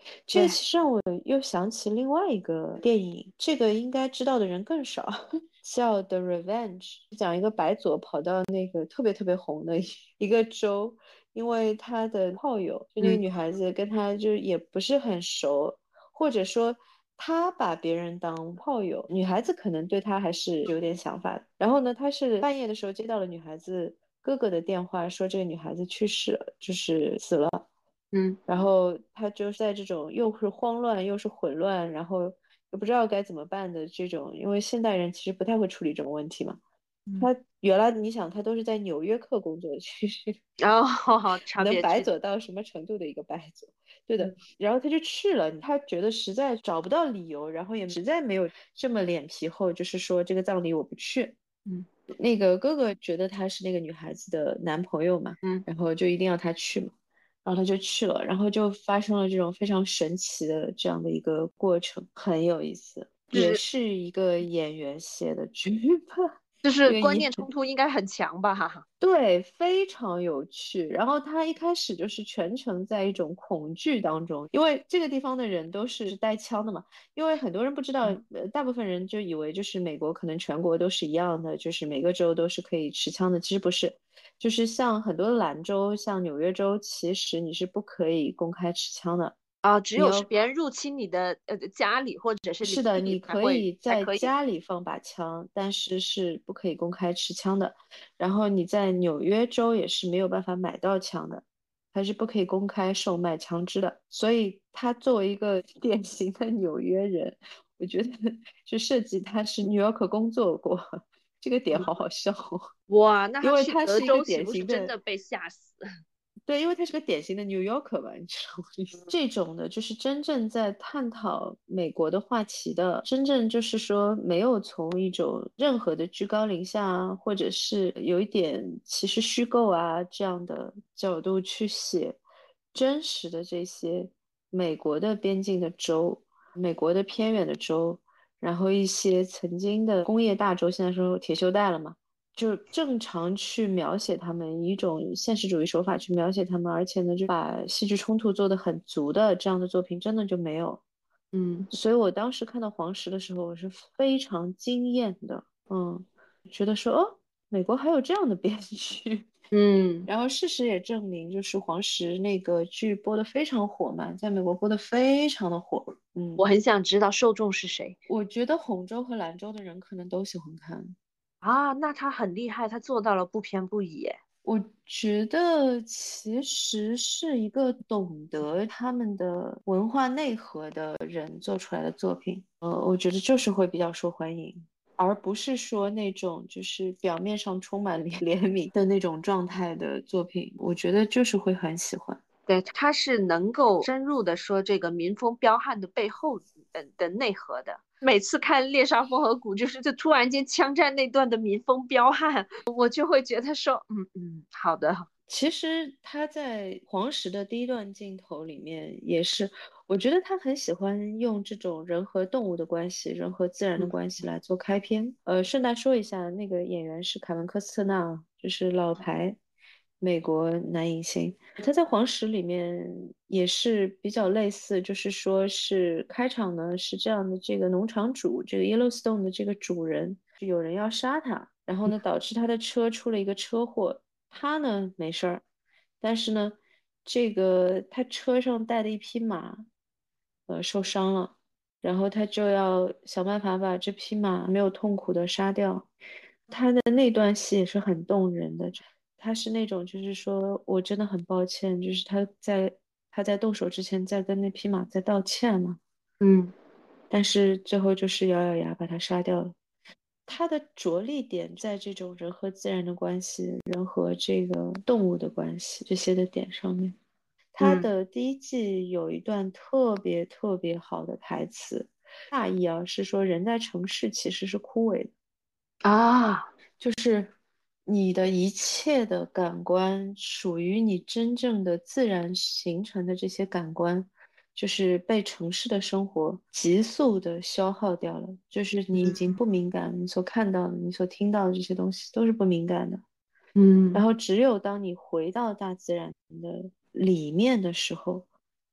这个对， 其实让我又想起另外一个电影，这个应该知道的人更少，叫《The Revenge》，讲一个白左跑到那个特别特别红的一个州，因为他的炮友，就那个嗯女孩子跟他就也不是很熟，或者说他把别人当炮友，女孩子可能对他还是有点想法的。然后呢，他是半夜的时候接到了女孩子哥哥的电话，说这个女孩子去世了，就是死了。 嗯然后他就在这种又是慌乱又是混乱，然后又不知道该怎么办的这种，因为现代人其实不太会处理这种问题嘛。 嗯， 他原来你想，他都是在纽约客工作的，其实然后差能别巨大。 白左到什么程度的一个白左？对的。 嗯然后他就去了，他觉得实在找不到理由，然后也实在没有这么脸皮厚，就是说这个葬礼我不去。 嗯那个哥哥觉得他是那个女孩子的男朋友嘛， 嗯， 然后就一定要他去嘛，然后他就去了，然后就发生了这种非常神奇的这样的一个过程，很有意思，也就是是一个演员写的剧吧， 就是这个演观念冲突应该很强吧？哈哈。 对，非常有趣。然后他一开始就是全程在一种恐惧当中，因为这个地方的人都是带枪的嘛。因为很多人不知道， 嗯大部分人就以为就是美国可能全国都是一样的，就是每个州都是可以持枪的。其实不是，就是像很多的兰州，像纽约州，其实你是不可以公开持枪的。 啊，只你要有是别人入侵你的家里或者是领是的，你地可以在才可以。 家里放把枪，但是是不可以公开持枪的。然后你在纽约州也是没有办法买到枪的，还是不可以公开售卖枪支的。所以他作为一个典型的纽约人，我觉得就涉及他是 New York 工作过，这个点好好笑哦， 哇，那他因为去德他是一个州岂不是典型的。 真的被吓死？ 对，因为他是个典型的 New Yorker 吧，你知道吗？这种的，就是真正在探讨美国的话题的，真正就是说没有从一种任何的居高临下啊，或者是有一点其实虚构啊这样的角度去写真实的这些美国的边境的州、美国的偏远的州，然后一些曾经的工业大州，现在说铁锈带了嘛。就正常去描写他们，以一种现实主义手法去描写他们，而且呢，就把戏剧冲突做得很足的这样的作品，真的就没有。 嗯所以我当时看到黄石的时候，我是非常惊艳的，觉得说，哦，美国还有这样的编剧。 嗯， 然后事实也证明，就是黄石那个剧播得非常火嘛，在美国播得非常的火。 我很想知道受众是谁我觉得红州和兰州的人可能都喜欢看。 啊？那他很厉害，他做到了不偏不倚耶。 我觉得其实是一个懂得他们的文化内核的人做出来的作品，我觉得就是会比较受欢迎，而不是说那种就是表面上充满怜悯的那种状态的作品，我觉得就是会很喜欢。 对，他是能够深入的说这个民风彪悍的背后的内核的。每次看《猎杀风河谷》，就是就突然间枪战那段的民风彪悍，我就会觉得说，好的。 其实他在黄石的第一段镜头里面也是，我觉得他很喜欢用这种人和动物的关系、人和自然的嗯关系来做开篇。顺带说一下，那个演员是凯文·科斯特纳，就是老牌美国男影星。他在黄石里面也是比较类似，就是说是开场呢是这样的，这个农场主，这个 Yellowstone 的这个主人，有人要杀他，然后呢导致他的车出了一个车祸。他呢没事儿，但是呢，这个他车上带的一匹马，受伤了，然后他就要想办法把这匹马没有痛苦的杀掉。他的那段戏也是很动人的，他是那种就是说我真的很抱歉，就是他在动手之前在跟那匹马在道歉嘛。 嗯但是最后就是咬咬牙把他杀掉了。他的着力点在这种人和自然的关系、人和这个动物的关系这些的点上面。他嗯的第一季有一段特别特别好的台词，大意啊是说人在城市其实是枯萎的。 啊， 你的一切的感官属于你真正的自然形成的这些感官，就是被城市的生活急速的消耗掉了。就是你已经不敏感了，你所看到的、你所听到的这些东西都是不敏感的。然嗯后只有当你回到大自然的里面的时候，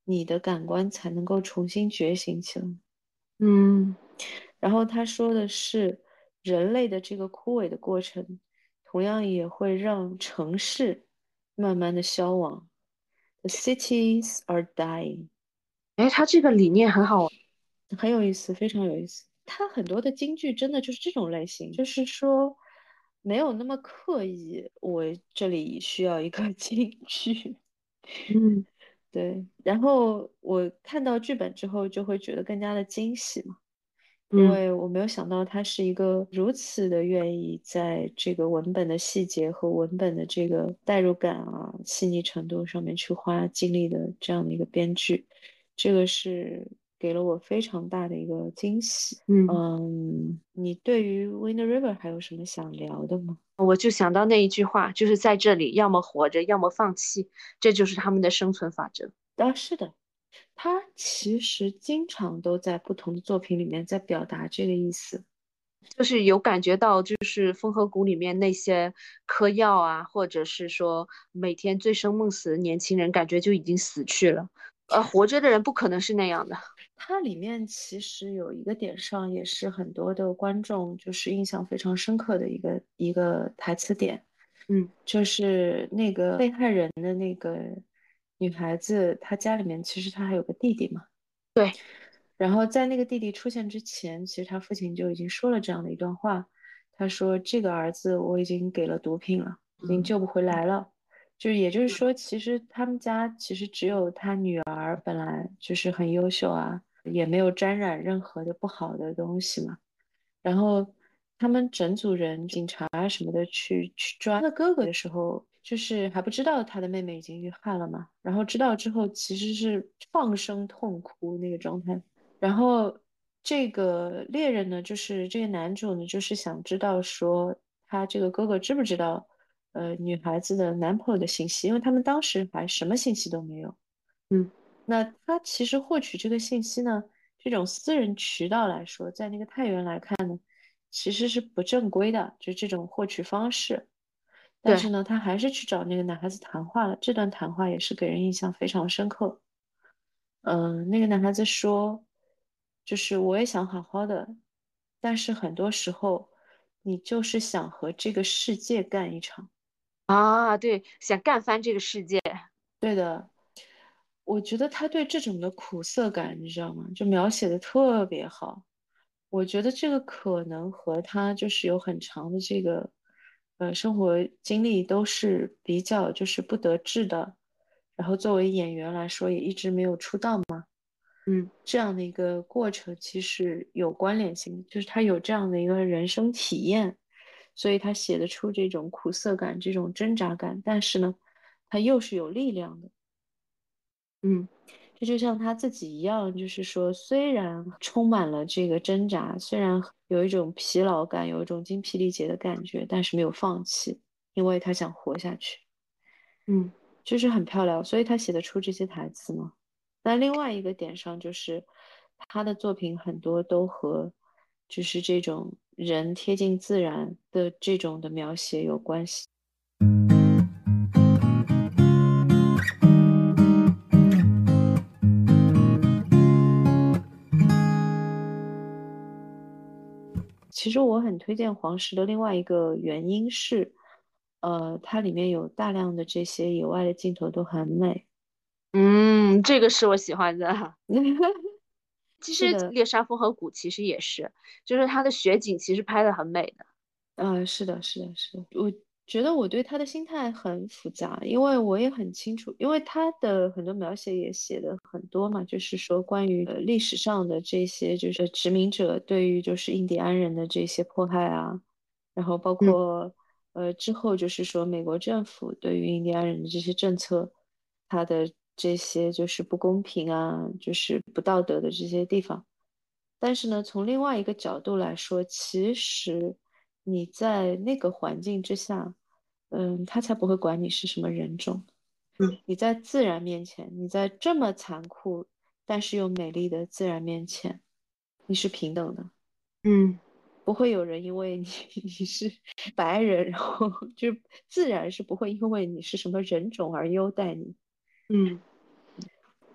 你的感官才能够重新觉醒起来。 嗯然后他说的是，人类的这个枯萎的过程，同样也会让城市慢慢的消亡。The cities are dying。 哎，他这个理念很好。 很有意思，非常有意思。他很多的京剧真的就是这种类型，就是说没有那么刻意，我这里需要一个京剧。 嗯对，然后我看到剧本之后，就会觉得更加的惊喜嘛。因嗯为我没有想到他是一个如此的愿意在这个文本的细节和文本的这个代入感啊、细腻程度上面去花精力的这样的一个编剧，这个是给了我非常大的一个惊喜。 嗯， 嗯，你对于《Wind River》还有什么想聊的吗？ 我就想到那一句话，就是在这里，要么活着，要么放弃，这就是他们的生存法则。 啊，是的，他其实经常都在不同的作品里面在表达这个意思。 就是有感觉到，就是《风和谷》里面那些嗑药啊，或者是说每天醉生梦死的年轻人，感觉就已经死去了。活着的人不可能是那样的。 它里面其实有一个点上，也是很多的观众就是印象非常深刻的一个台词点， 嗯， 就是那个被害人的那个女孩子，她家里面其实她还有个弟弟嘛， 对， 然后在那个弟弟出现之前，其实他父亲就已经说了这样的一段话，他说这个儿子我已经给了毒品了，已经救不回来了。就是也就是说，其实他们家其实只有他女儿本来就是很优秀啊，也没有沾染任何的不好的东西嘛。然后他们整组人，警察啊什么的去抓他的哥哥的时候，就是还不知道他的妹妹已经遇害了嘛。然后知道之后，其实是放声痛哭那个状态。然后这个猎人呢，就是这个男主呢，就是想知道说他这个哥哥知不知道，女孩子的男朋友的信息，因为他们当时还什么信息都没有。 嗯那他其实获取这个信息呢，这种私人渠道来说，在那个太原来看呢，其实是不正规的，就这种获取方式。但对， 是呢，他还是去找那个男孩子谈话了，这段谈话也是给人印象非常深刻。那个男孩子说，就是我也想好好的，但是很多时候你就是想和这个世界干一场。 啊，对，想干翻这个世界。 对的，我觉得他对这种的苦涩感，你知道吗？就描写的特别好。我觉得这个可能和他就是有很长的这个生活经历都是比较就是不得志的，然后作为演员来说也一直没有出道嘛。 嗯这样的一个过程其实有关联性，就是他有这样的一个人生体验，所以他写得出这种苦涩感、这种挣扎感，但是呢，他又是有力量的。 嗯这就像他自己一样，就是说，虽然充满了这个挣扎，虽然有一种疲劳感，有一种精疲力竭的感觉，但是没有放弃，因为他想活下去。 嗯就是很漂亮，所以他写得出这些台词嘛。那另外一个点上就是他的作品很多都和就是这种人贴近自然的这种的描写有关系。其实我很推荐黄石的另外一个原因是，它里面有大量的这些野外的镜头都很美。 嗯，这个是我喜欢的。其实是的， 猎杀风和谷其实也是，就是它的雪景其实拍的很美的。 是的，是的，是的。我觉得我对他的心态很复杂，因为我也很清楚，因为他的很多描写也写的很多嘛，就是说关于历史上的这些就是殖民者对于就是印第安人的这些迫害啊，然后包嗯括之后就是说美国政府对于印第安人的这些政策，他的这些就是不公平啊，就是不道德的这些地方。但是呢，从另外一个角度来说，其实你在那个环境之下，他才不会管你是什么人种。 嗯你在自然面前，你在这么残酷但是又美丽的自然面前，你是平等的， 嗯不会有人因为你你是白人，然后就是自然是不会因为你是什么人种而优待你。 嗯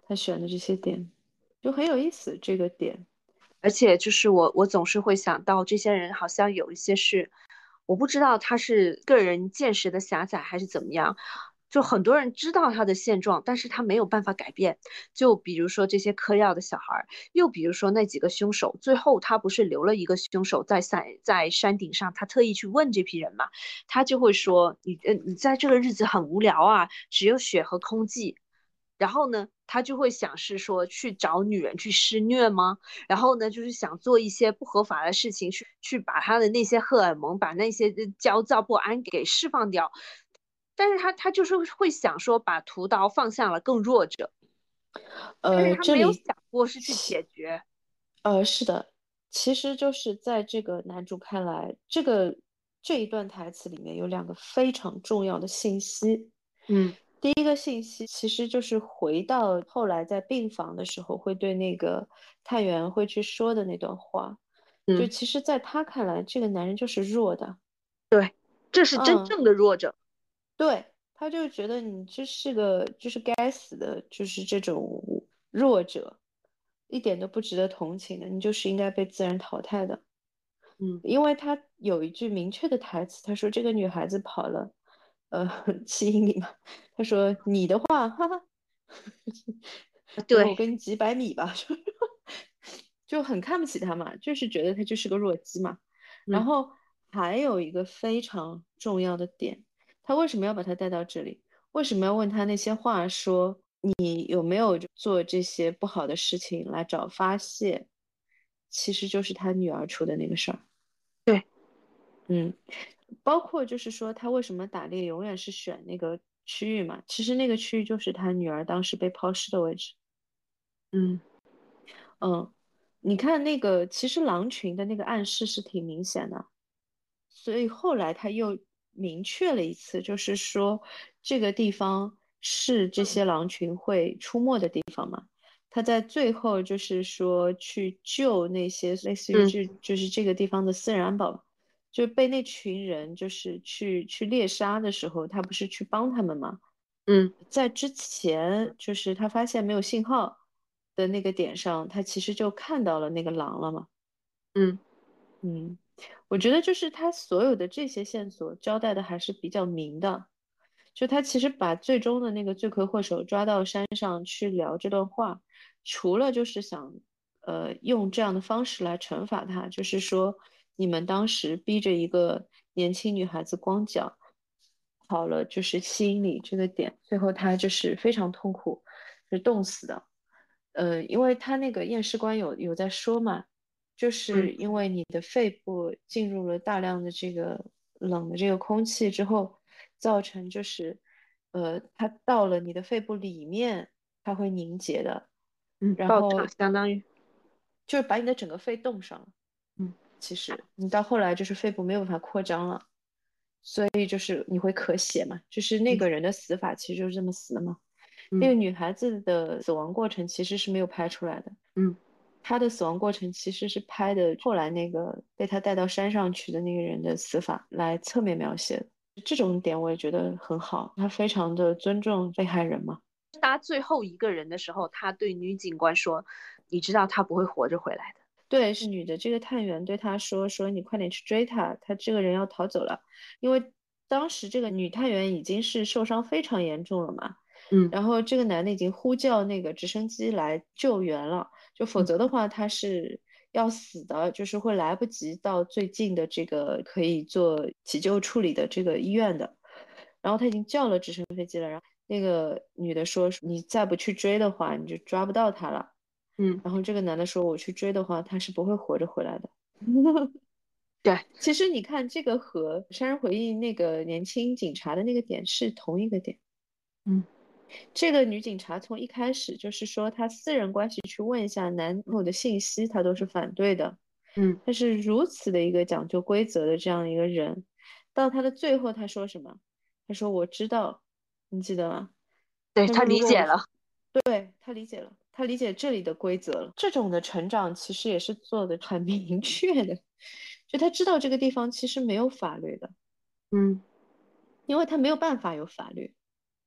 他选的这些点就很有意思，这个点。 而且就是我总是会想到，这些人好像有一些是，我不知道他是个人见识的狭窄还是怎么样，就很多人知道他的现状，但是他没有办法改变。就比如说这些嗑药的小孩，又比如说那几个凶手，最后他不是留了一个凶手在山顶上，他特意去问这批人嘛，他就会说你在这个日子很无聊啊，只有血和空气。然后呢，他就会想是说去找女人去施虐吗？然后呢，就是想做一些不合法的事情，去把他的那些荷尔蒙，把那些焦躁不安给释放掉。但是他就是会想说，把屠刀放向了更弱者，但是他没有这里想过是去解决。 是的，其实就是在这个男主看来，这一段台词里面有两个非常重要的信息。 嗯第一个信息其实就是回到后来在病房的时候，会对那个探员会去说的那段话。就嗯， 其实，在他看来，这个男人就是弱的。 对，这是真嗯， 正的弱者。 对，他就觉得你这是个就是该死的，就是这种弱者，一点都不值得同情的，你就是应该被自然淘汰的。 嗯， 因为他有一句明确的台词，他说这个女孩子跑了，7英里嘛，他说你的话，哈哈，他说对， 我跟你几百米吧，就很看不起他嘛，就是觉得他就是个弱鸡嘛。然嗯后还有一个非常重要的点，他为什么要把他带到这里？为什么要问他那些话？说你有没有做这些不好的事情来找发泄？其实就是他女儿出的那个事儿。 对， 嗯，包括就是说他为什么打猎永远是选那个区域嘛？其实那个区域就是他女儿当时被抛尸的位置。 嗯嗯，你看那个，其实狼群的那个暗示是挺明显的，所以后来他又明确了一次，就是说这个地方是这些狼群会出没的地方嘛。他在最后就是说去救那些类似于嗯就是这个地方的私人安保，就被那群人就是去猎杀的时候，他不是去帮他们吗？ 嗯在之前，就是他发现没有信号的那个点上，他其实就看到了那个狼了嘛。 嗯嗯，我觉得就是他所有的这些线索交代的还是比较明的，就他其实把最终的那个罪魁祸首抓到山上去聊这段话，除了就是想用这样的方式来惩罚他，就是说你们当时逼着一个年轻女孩子光脚跑了就是7英里这个点，最后她就是非常痛苦，是冻死的。因为他那个验尸官有在说嘛。就是嗯因为你的肺部进入了大量的这个冷的这个空气之后，造成就是它到了你的肺部里面，它会凝结的， 嗯，爆炸然后相当于。 就是把你的整个肺冻上了。 嗯其实你到后来就是肺部没有办法扩张了，所以就是你会咳血嘛，就是那嗯个人的死法其实就是这么死的嘛。那嗯个女孩子的死亡过程其实是没有拍出来的。 嗯。 他的死亡过程其实是拍的后来那个被他带到山上去的那个人的死法来侧面描写的，这种点我也觉得很好，他非常的尊重被害人嘛。 杀最后一个人的时候，他对女警官说：“你知道他不会活着回来的。” 对，是女的这个探员对他说你快点去追他，他这个人要逃走了，因为当时这个女探员已经是受伤非常严重了嘛。 嗯然后这个男的已经呼叫那个直升机来救援了，就否嗯则的话他是要死的，就是会来不及到最近的这个可以做急救处理的这个医院的。然后他已经叫了直升飞机了，然后那个女的说你再不去追的话，你就抓不到他了。 嗯， 然后这个男的说我去追的话，他是不会活着回来的。 对， 其实你看这个和《杀人回忆》那个年轻警察的那个点是同一个点。 嗯这个女警察从一开始就是说，她私人关系去问一下男朋友的信息，她都是反对的。 嗯， 她是如此的一个讲究规则的这样一个人，到她的最后，她说什么？她说我知道，你记得吗？她对他说如果我理解了。 对她理解了，她理解这里的规则了。这种的成长其实也是做的很明确的，就她知道这个地方其实没有法律的， 嗯因为她没有办法有法律。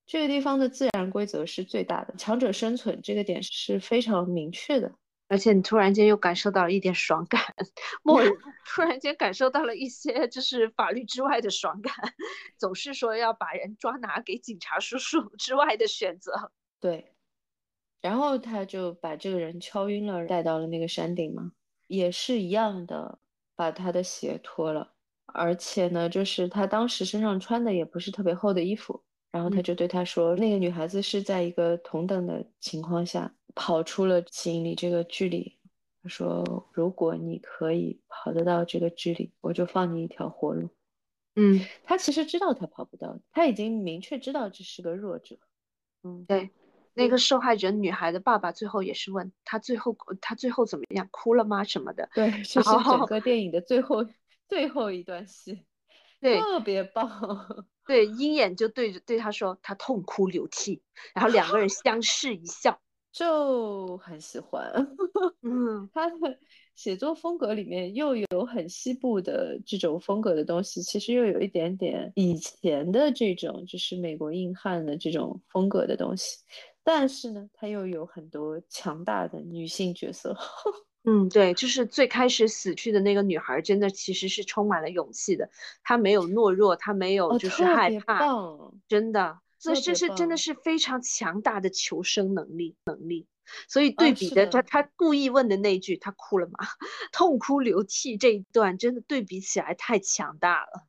这个地方的自然规则是最大的，强者生存这个点是非常明确的。 而且你突然间又感受到了一点爽感，默认突然间感受到了一些就是法律之外的爽感，总是说要把人抓拿给警察叔叔之外的选择。 对，然后他就把这个人敲晕了，带到了那个山顶嘛，也是一样的，把他的鞋脱了，而且呢，就是他当时身上穿的也不是特别厚的衣服，然后他嗯就对他说，那个女孩子是在一个同等的情况下跑出了吸引力这个距离。他说，如果你可以跑得到这个距离，我就放你一条活路。 嗯， 他其实知道他跑不到，他已经明确知道这是个弱者。嗯。 对，那个受害者女孩的爸爸最后也是问他最后怎么样，哭了吗什么的， 对，这然是整后个电影的最后一段戏， 对特别棒。 对，鹰眼就对他说他痛哭流涕，然后两个人相视一笑。 就很喜欢。 嗯他的写作风格里面又有很西部的这种风格的东西，其实又有一点点以前的这种就是美国硬汉的这种风格的东西，但是呢，他又有很多强大的女性角色。 嗯，对，就是最开始死去的那个女孩，真的其实是充满了勇气的，她没有懦弱，她没有哦， 就是特别害怕， 棒， 真的，所以特这是真的别棒。 是非常强大的求生能力。所以对啊， 比的，他是的。 他故意问的那句“他哭了吗？”痛哭流涕这一段，真的对比起来太强大了。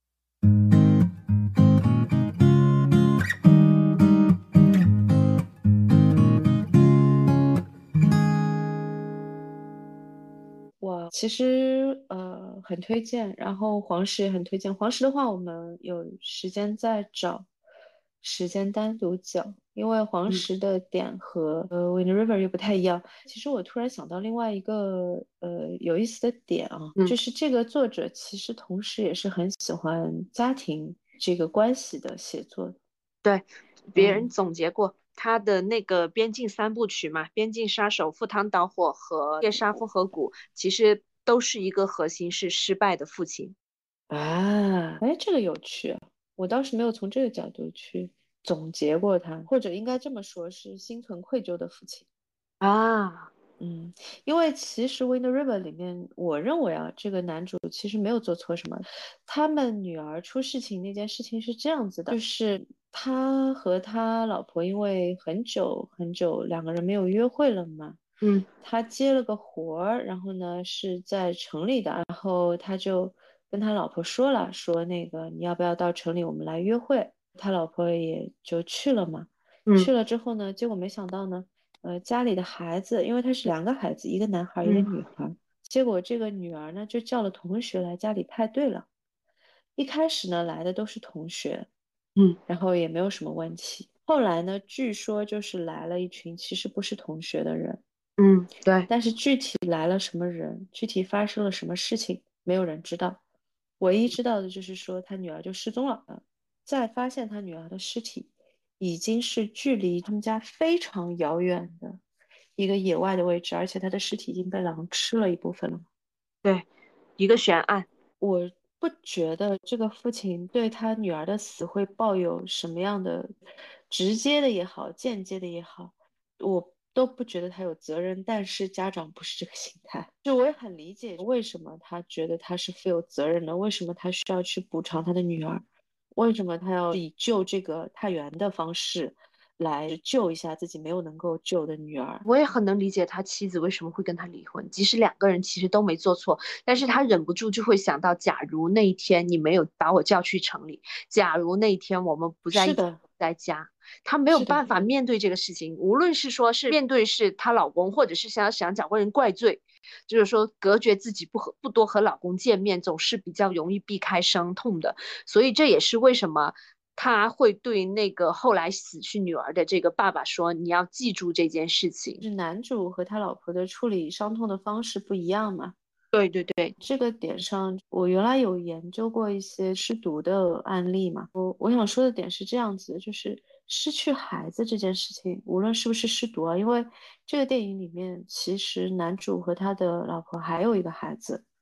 我其实很推荐，然后黄石也很推荐。黄石的话，我们有时间再找时间单独讲，因为黄嗯石的点和Wind River 又不太一样。其实我突然想到另外一个有意思的点啊，就嗯， 是这个作者其实同时也是很喜欢家庭这个关系的写作。 对，别人嗯。 总结过他的那个边境三部曲嘛，《边境杀手》《赴汤蹈火》和《夜杀风河谷》，其实都是一个核心是失败的父亲。 啊，哎，这个有趣，我倒是没有从这个角度去总结过他，或者应该这么说，是心存愧疚的父亲。 啊， 嗯，因为其实《Wind River》里面，我认为啊，这个男主其实没有做错什么。他们女儿出事情那件事情是这样子的，就是他和他老婆因为很久很久两个人没有约会了嘛， 嗯他接了个活儿，然后呢是在城里的，然后他就跟他老婆说了，说那个你要不要到城里我们来约会？他老婆也就去了嘛。去嗯了之后呢，结果没想到呢。家里的孩子，因为他是两个孩子，一个男孩儿，一个嗯女孩儿。结果这个女儿呢，就叫了同学来家里派对了。一开始呢，来的都是同学， 嗯然后也没有什么问题。后来呢，据说就是来了一群其实不是同学的人， 嗯，对， 但是具体来了什么人，具体发生了什么事情，没有人知道。唯一知道的就是说，他女儿就失踪了。再发现他女儿的尸体，已经是距离他们家非常遥远的一个野外的位置，而且他的尸体已经被狼吃了一部分了。 对，一个悬案。 我不觉得这个父亲对他女儿的死会抱有什么样的直接的也好，间接的也好，我都不觉得他有责任。但是家长不是这个心态，就我也很理解为什么他觉得他是负有责任的，为什么他需要去补偿他的女儿，为什么他要以救这个太原的方式来救一下自己没有能够救的女儿。 我也很能理解他妻子为什么会跟他离婚，即使两个人其实都没做错，但是他忍不住就会想到，假如那一天你没有把我叫去城里，假如那一天我们不在一起， 是的， 在家，他没有是的。 办法面对这个事情，无论是说是面对是她老公，或者是想找个人怪罪，就是说隔绝自己不多和老公见面，总是比较容易避开伤痛的，所以这也是为什么。他会对那个后来死去女儿的这个爸爸说：“你要记住这件事情。” 是男主和他老婆的处理伤痛的方式不一样嘛？ 对对对， 这个点上，我原来有研究过一些失独的案例嘛。我想说的点是这样子的，就是失去孩子这件事情，无论是不是失独啊，因为这个电影里面其实男主和他的老婆还有一个孩子，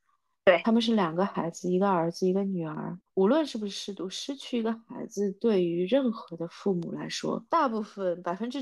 对， 他们是两个孩子，一个儿子，一个女儿。无论是不是失独，失去一个孩子，对于任何的父母来说，大部分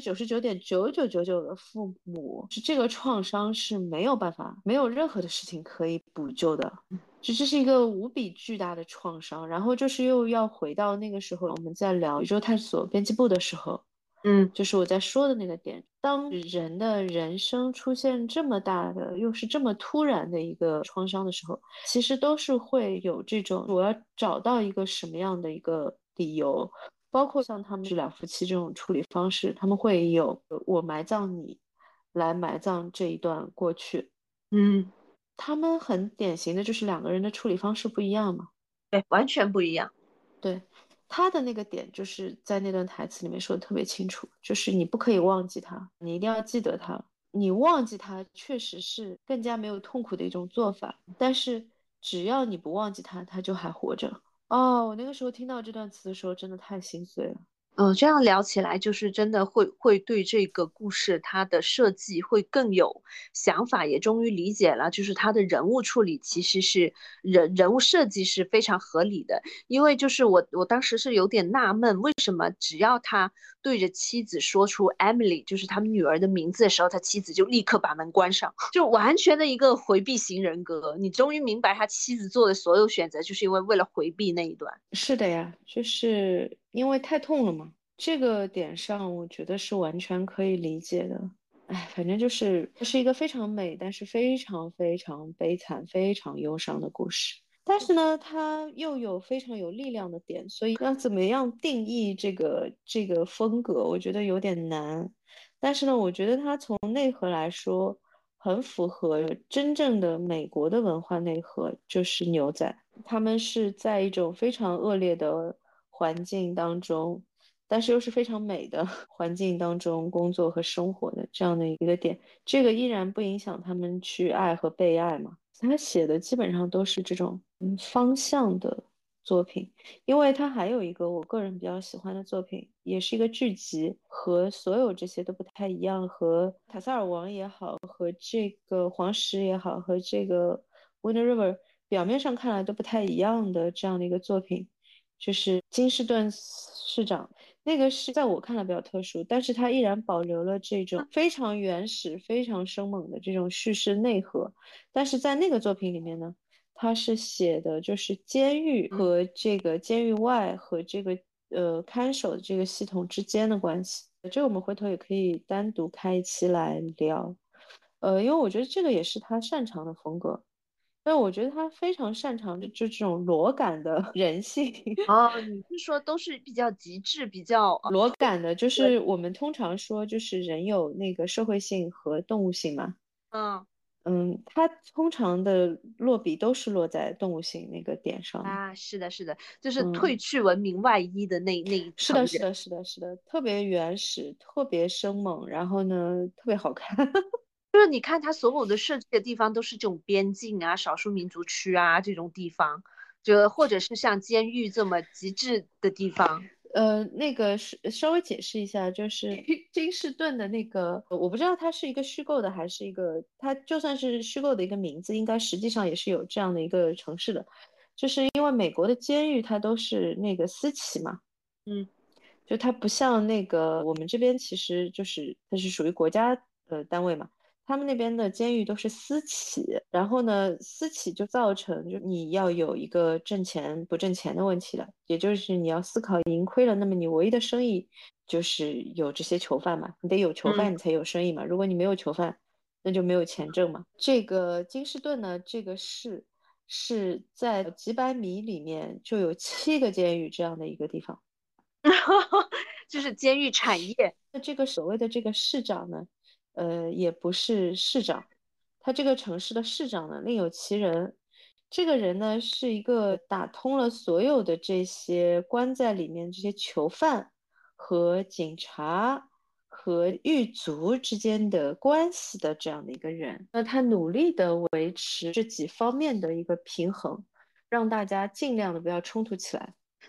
99.9999%的父母是这个创伤是没有办法，没有任何的事情可以补救的。这是一个无比巨大的创伤。然后就是又要回到那个时候，我们在聊宇宙探索编辑部的时候， 嗯就是我在说的那个点，当人的人生出现这么大的，又是这么突然的一个创伤的时候，其实都是会有这种我要找到一个什么样的一个理由，包括像他们这两夫妻这种处理方式，他们会有我埋葬你，来埋葬这一段过去。 嗯， 他们很典型的就是两个人的处理方式不一样嘛。 对，完全不一样。 对，他的那个点就是在那段台词里面说的特别清楚，就是你不可以忘记他，你一定要记得他。你忘记他确实是更加没有痛苦的一种做法，但是只要你不忘记他，他就还活着。哦，我那个时候听到这段词的时候，真的太心碎了。 这样聊起来，就是真的会对这个故事它的设计会更有想法，也终于理解了，就是他的人物处理其实是人物设计是非常合理的。因为就是我当时是有点纳闷，为什么只要他对着妻子说出 Emily 就是他们女儿的名字的时候，他妻子就立刻把门关上，就完全的一个回避型人格。你终于明白他妻子做的所有选择，就是因为为了回避那一段。 是的呀，就是因为太痛了嘛。这个点上，我觉得是完全可以理解的。哎，反正就是这是一个非常美，但是非常非常悲惨、非常忧伤的故事。但是呢，它又有非常有力量的点，所以要怎么样定义这个风格，我觉得有点难。但是呢，我觉得它从内核来说，很符合真正的美国的文化内核，就是牛仔。他们是在一种非常恶劣的环境当中，但是又是非常美的环境当中工作和生活的这样的一个点，这个依然不影响他们去爱和被爱嘛。他写的基本上都是这种方向的作品，因为他还有一个我个人比较喜欢的作品，也是一个剧集，和所有这些都不太一样，和塔萨尔王也好，和这个黄石也好，和这个 Wind River 表面上看来都不太一样的这样的一个作品，就是金士顿市长。那个是在我看来比较特殊，但是它依然保留了这种非常原始、非常生猛的这种叙事内核。但是在那个作品里面呢，它是写的就是监狱和这个监狱外和这个看守的这个系统之间的关系。这个我们回头也可以单独开一期来聊。因为我觉得这个也是他擅长的风格。但我觉得他非常擅长就这种裸感的人性。 哦，你是说都是比较极致、比较裸感的，就对， 是我们通常说，就是人有那个社会性和动物性嘛。 嗯嗯，它通常的落笔都是落在动物性那个点上的。 啊，是的，是的，就是褪嗯， 去文明外衣的那一是的，是层人。 的，是的，是的，特别原始，特别生猛，然后呢，特别好看。 就是你看他所有的设计的地方都是这种边境啊、少数民族区啊这种地方，就或者是像监狱这么极致的地方。 那个是稍微解释一下，就是金士顿的那个，我不知道它是一个虚构的还是一个，它就算是虚构的一个名字，应该实际上也是有这样的一个城市的，就是因为美国的监狱它都是那个私企嘛。 嗯就它不像那个我们这边，其实就是它是属于国家单位嘛，他们那边的监狱都是私企，然后呢，私企就造成就你要有一个挣钱不挣钱的问题了，也就是你要思考盈亏了，那么你唯一的生意就是有这些囚犯嘛，你得有囚嗯， 犯你才有生意嘛，如果你没有囚犯，那就没有钱挣嘛。这个金士顿呢，这个是在几百米里面就有7个监狱这样的一个地方。 就是监狱产业。 那这个所谓的这个市长呢，也不是市长，他这个城市的市长呢另有其人。这个人呢是一个打通了所有的这些关在里面这些囚犯和警察和狱卒之间的关系的这样的一个人。那他努力的维持这几方面的一个平衡，让大家尽量的不要冲突起来。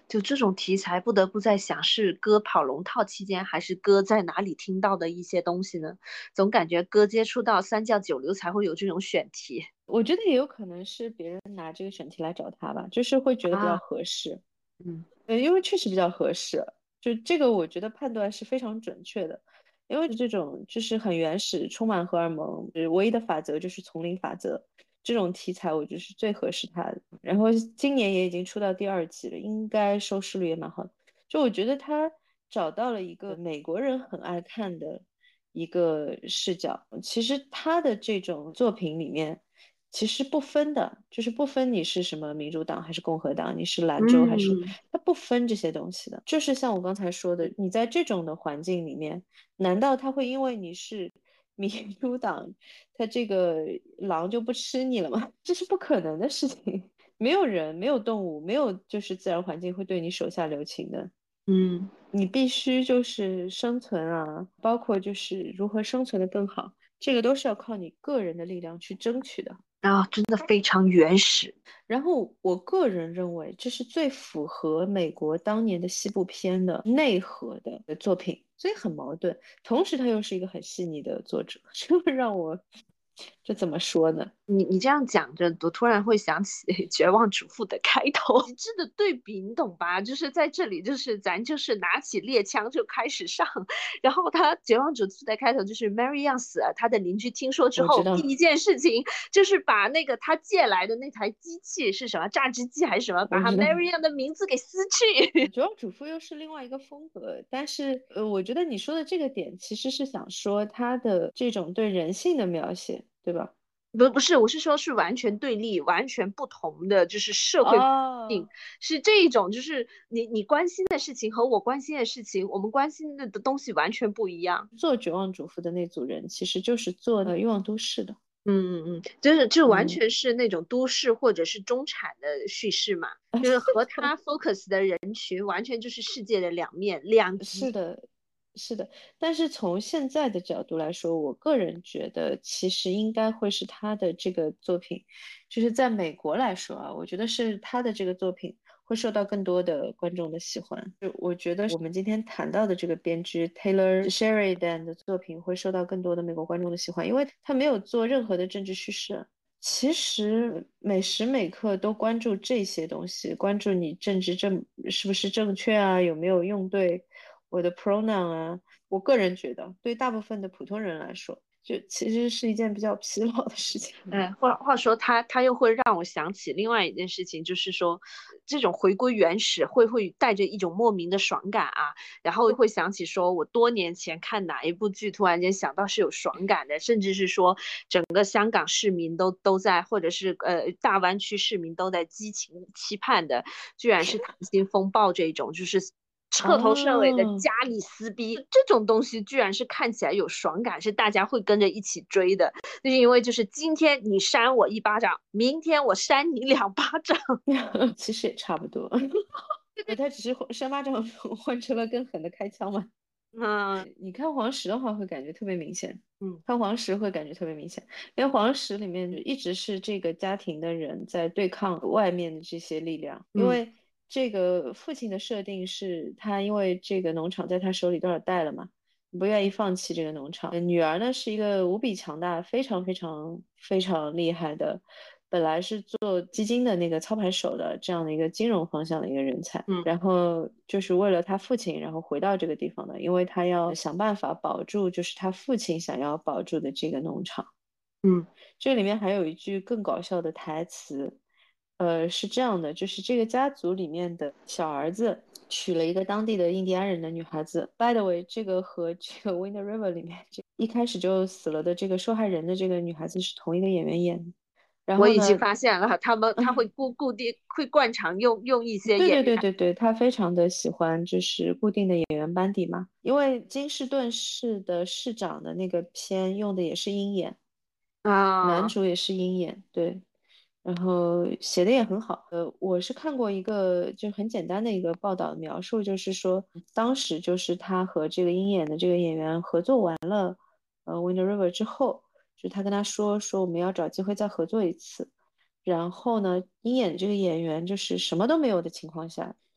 就这种题材，不得不在想是哥跑龙套期间，还是哥在哪里听到的一些东西呢？总感觉哥接触到三教九流才会有这种选题我觉得也有可能是别人拿这个选题来找他吧，就是会觉得比较啊。 合适。 嗯因为确实比较合适，就这个我觉得判断是非常准确的。因为这种就是很原始、充满荷尔蒙，唯一的法则就是丛林法则，这种题材我觉得是最合适他的。然后今年也已经出到第二季了，应该收视率也蛮好的。就我觉得他找到了一个美国人很爱看的一个视角。其实他的这种作品里面。其实不分的，就是不分你是什么民主党还是共和党，你是兰州还是， 嗯， 它不分这些东西的。就是像我刚才说的，你在这种的环境里面，难道他会因为你是民主党，他这个狼就不吃你了吗？这是不可能的事情。没有人，没有动物，没有就是自然环境会对你手下留情的。 嗯。 你必须就是生存啊，包括就是如何生存的更好，这个都是要靠你个人的力量去争取的。 啊，真的非常原始。 然后我个人认为，这是最符合美国当年的西部片的内核的作品，所以很矛盾。同时，他又是一个很细腻的作者，这让我这怎么说呢？ 你这样讲着，我突然会想起《绝望主妇》的开头，极致的对比，你懂吧？就是在这里，就是咱就是拿起猎枪就开始上，然后他《绝望主妇》的开头就是 Mary 要死了，他的邻居听说之后，第我知道， 一件事情就是把那个他借来的那台机器是什么榨汁机还是什么，把他我知道。 Mary 的名字给撕去。 主要主妇又是另外一个风格，但是我觉得你说的这个点其实是想说他的这种对人性的描写，对吧？ 不是，我是说，是完全对立、完全不同的，就是社会性， 哦， 是这一种，就是你关心的事情和我关心的事情，我们关心的东西完全不一样。 做绝望主妇的那组人其实就是做欲望都市的。 就是这完嗯， 全是那种都市或者是中产的叙事嘛，就是和他 focus 的人群完全就是世界的两面两极。 是的，是的，但是从现在的角度来说，我个人觉得其实应该会是他的这个作品，就是在美国来说啊，我觉得是他的这个作品会受到更多的观众的喜欢。就我觉得我们今天谈到的这个编剧 Taylor Sheridan 的作品会受到更多的美国观众的喜欢，因为他没有做任何的政治叙事。其实每时每刻都关注这些东西，关注你政治是不是正确啊，有没有用对我的 pronoun 啊。我个人觉得，对大部分的普通人来说，就其实是一件比较疲劳的事情。 话说他又会让我想起另外一件事情，就是说这种回归原始会带着一种莫名的爽感啊，然后会想起说我多年前看哪一部剧，突然间想到是有爽感的，甚至是说整个香港市民都在，或者是大湾区市民都在激情期盼的，居然是溏心风暴这种，就是彻头彻尾的啊， 家里撕逼这种东西，居然是看起来有爽感，是大家会跟着一起追的。就是因为就是今天你扇我一巴掌，明天我扇你两巴掌。 其实也差不多。他只是扇巴掌换成了更狠的开枪嘛。 嗯你看黄石的话，会感觉特别明显。 嗯看黄石会感觉特别明显，因为黄石里面就一直是这个家庭的人在对抗外面的这些力量。因嗯为这个父亲的设定是他因为这个农场在他手里多少代了嘛，不愿意放弃这个农场。女儿呢是一个无比强大、非常非常非常厉害的，本来是做基金的那个操盘手的这样的一个金融方向的一个人才。 嗯然后就是为了他父亲，然后回到这个地方的，因为他要想办法保住，就是他父亲想要保住的这个农场。 嗯， 这里面还有一句更搞笑的台词，是这样的，就是这个家族里面的小儿子娶了一个当地的印第安人的女孩子。By the way，这个和这个《Wind River》里面一开始就死了的这个受害人的这个女孩子是同一个演员演的。然我已经后呢， 发现了，他会固定会惯常用一些对对演员。 对对对，他非常的喜欢就是固定的演员班底嘛，因为金士顿市的市长的那个片用的也是鹰眼，男啊。 主也是鹰眼，对，然后写的也很好。我是看过一个就很简单的一个报道描述，就是说当时就是他和这个鹰眼的这个演员合作完了Wind River 之后，就他跟他说我们要找机会再合作一次。然后呢，鹰眼这个演员就是什么都没有的情况下，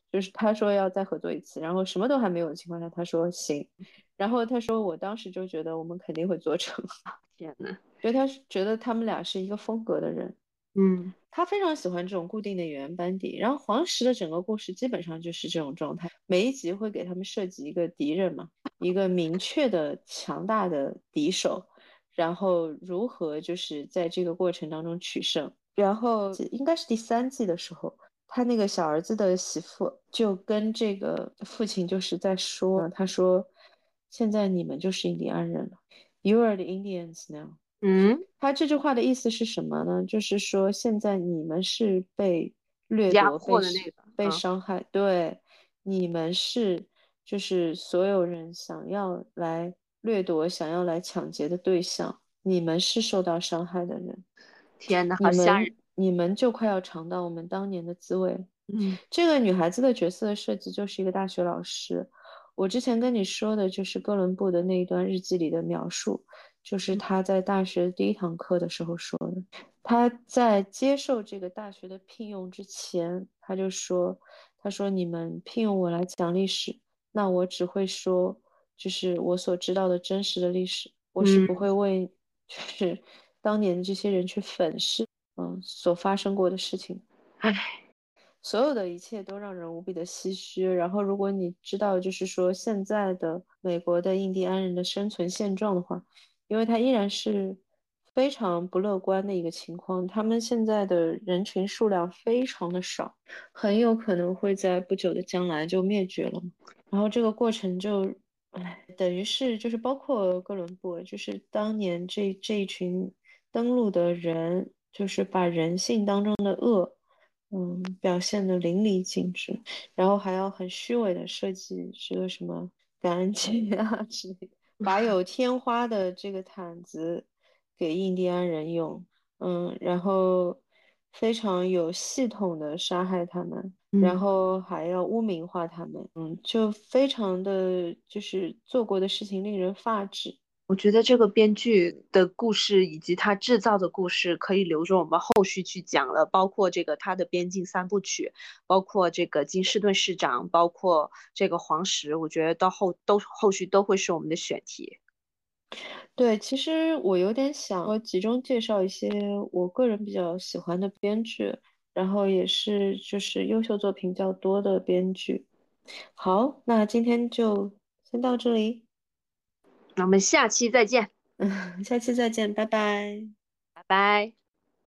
就是他说要再合作一次，然后什么都还没有的情况下，他说行，然后他说我当时就觉得我们肯定会做成， 天呐， 所以他是觉得他们俩是一个风格的人。 嗯他非常喜欢这种固定的演员班底，然后黄石的整个故事基本上就是这种状态，每一集会给他们设计一个敌人嘛，一个明确的强大的敌手，然后如何就是在这个过程当中取胜。然后应该是第三季的时候，他那个小儿子的媳妇就跟这个父亲就是在说，他说现在你们就是印第安人了，You are the Indians now。 嗯， 他这句话的意思是什么呢？就是说，现在你们是被掠压夺、 迫的那个， 被伤害，对，你们是就是所有人想要来掠夺、想要来抢劫的对象，你们是受到伤害的人， 天呐，好吓人。 你们就快要尝到我们当年的滋味。 嗯这个女孩子的角色的设计就是一个大学老师。我之前跟你说的就是哥伦布的那一段日记里的描述，就是他在大学第一堂课的时候说的。他在接受这个大学的聘用之前，他就说：“他说你们聘用我来讲历史，那我只会说就是我所知道的真实的历史，我是不嗯， 会为就是当年这些人去粉饰所发生过的事情。” 唉， 所有的一切都让人无比的唏嘘。然后，如果你知道，就是说现在的美国的印第安人的生存现状的话，因为它依然是非常不乐观的一个情况，他们现在的人群数量非常的少，很有可能会在不久的将来就灭绝了。然后这个过程就，哎，等于是就是包括哥伦布，就是当年这一群登陆的人，就是把人性当中的恶。表现的淋漓尽致，然后还要很虚伪的设计这个什么感恩节啊之类的，把有天花的这个毯子给印第安人用，然后非常有系统的杀害他们，然嗯。 后还要污名化他们，就非常的就是做过的事情令人发指。 我觉得这个编剧的故事以及他制造的故事可以留着我们后续去讲了，包括这个他的边境三部曲，包括这个金士顿市长，包括这个黄石，我觉得后续都会是我们的选题。 对，其实我有点想我集中介绍一些我个人比较喜欢的编剧，然后也是就是优秀作品较多的编剧。好，那今天就先到这里， 那我们下期再见， 下期再见，拜拜。 拜拜。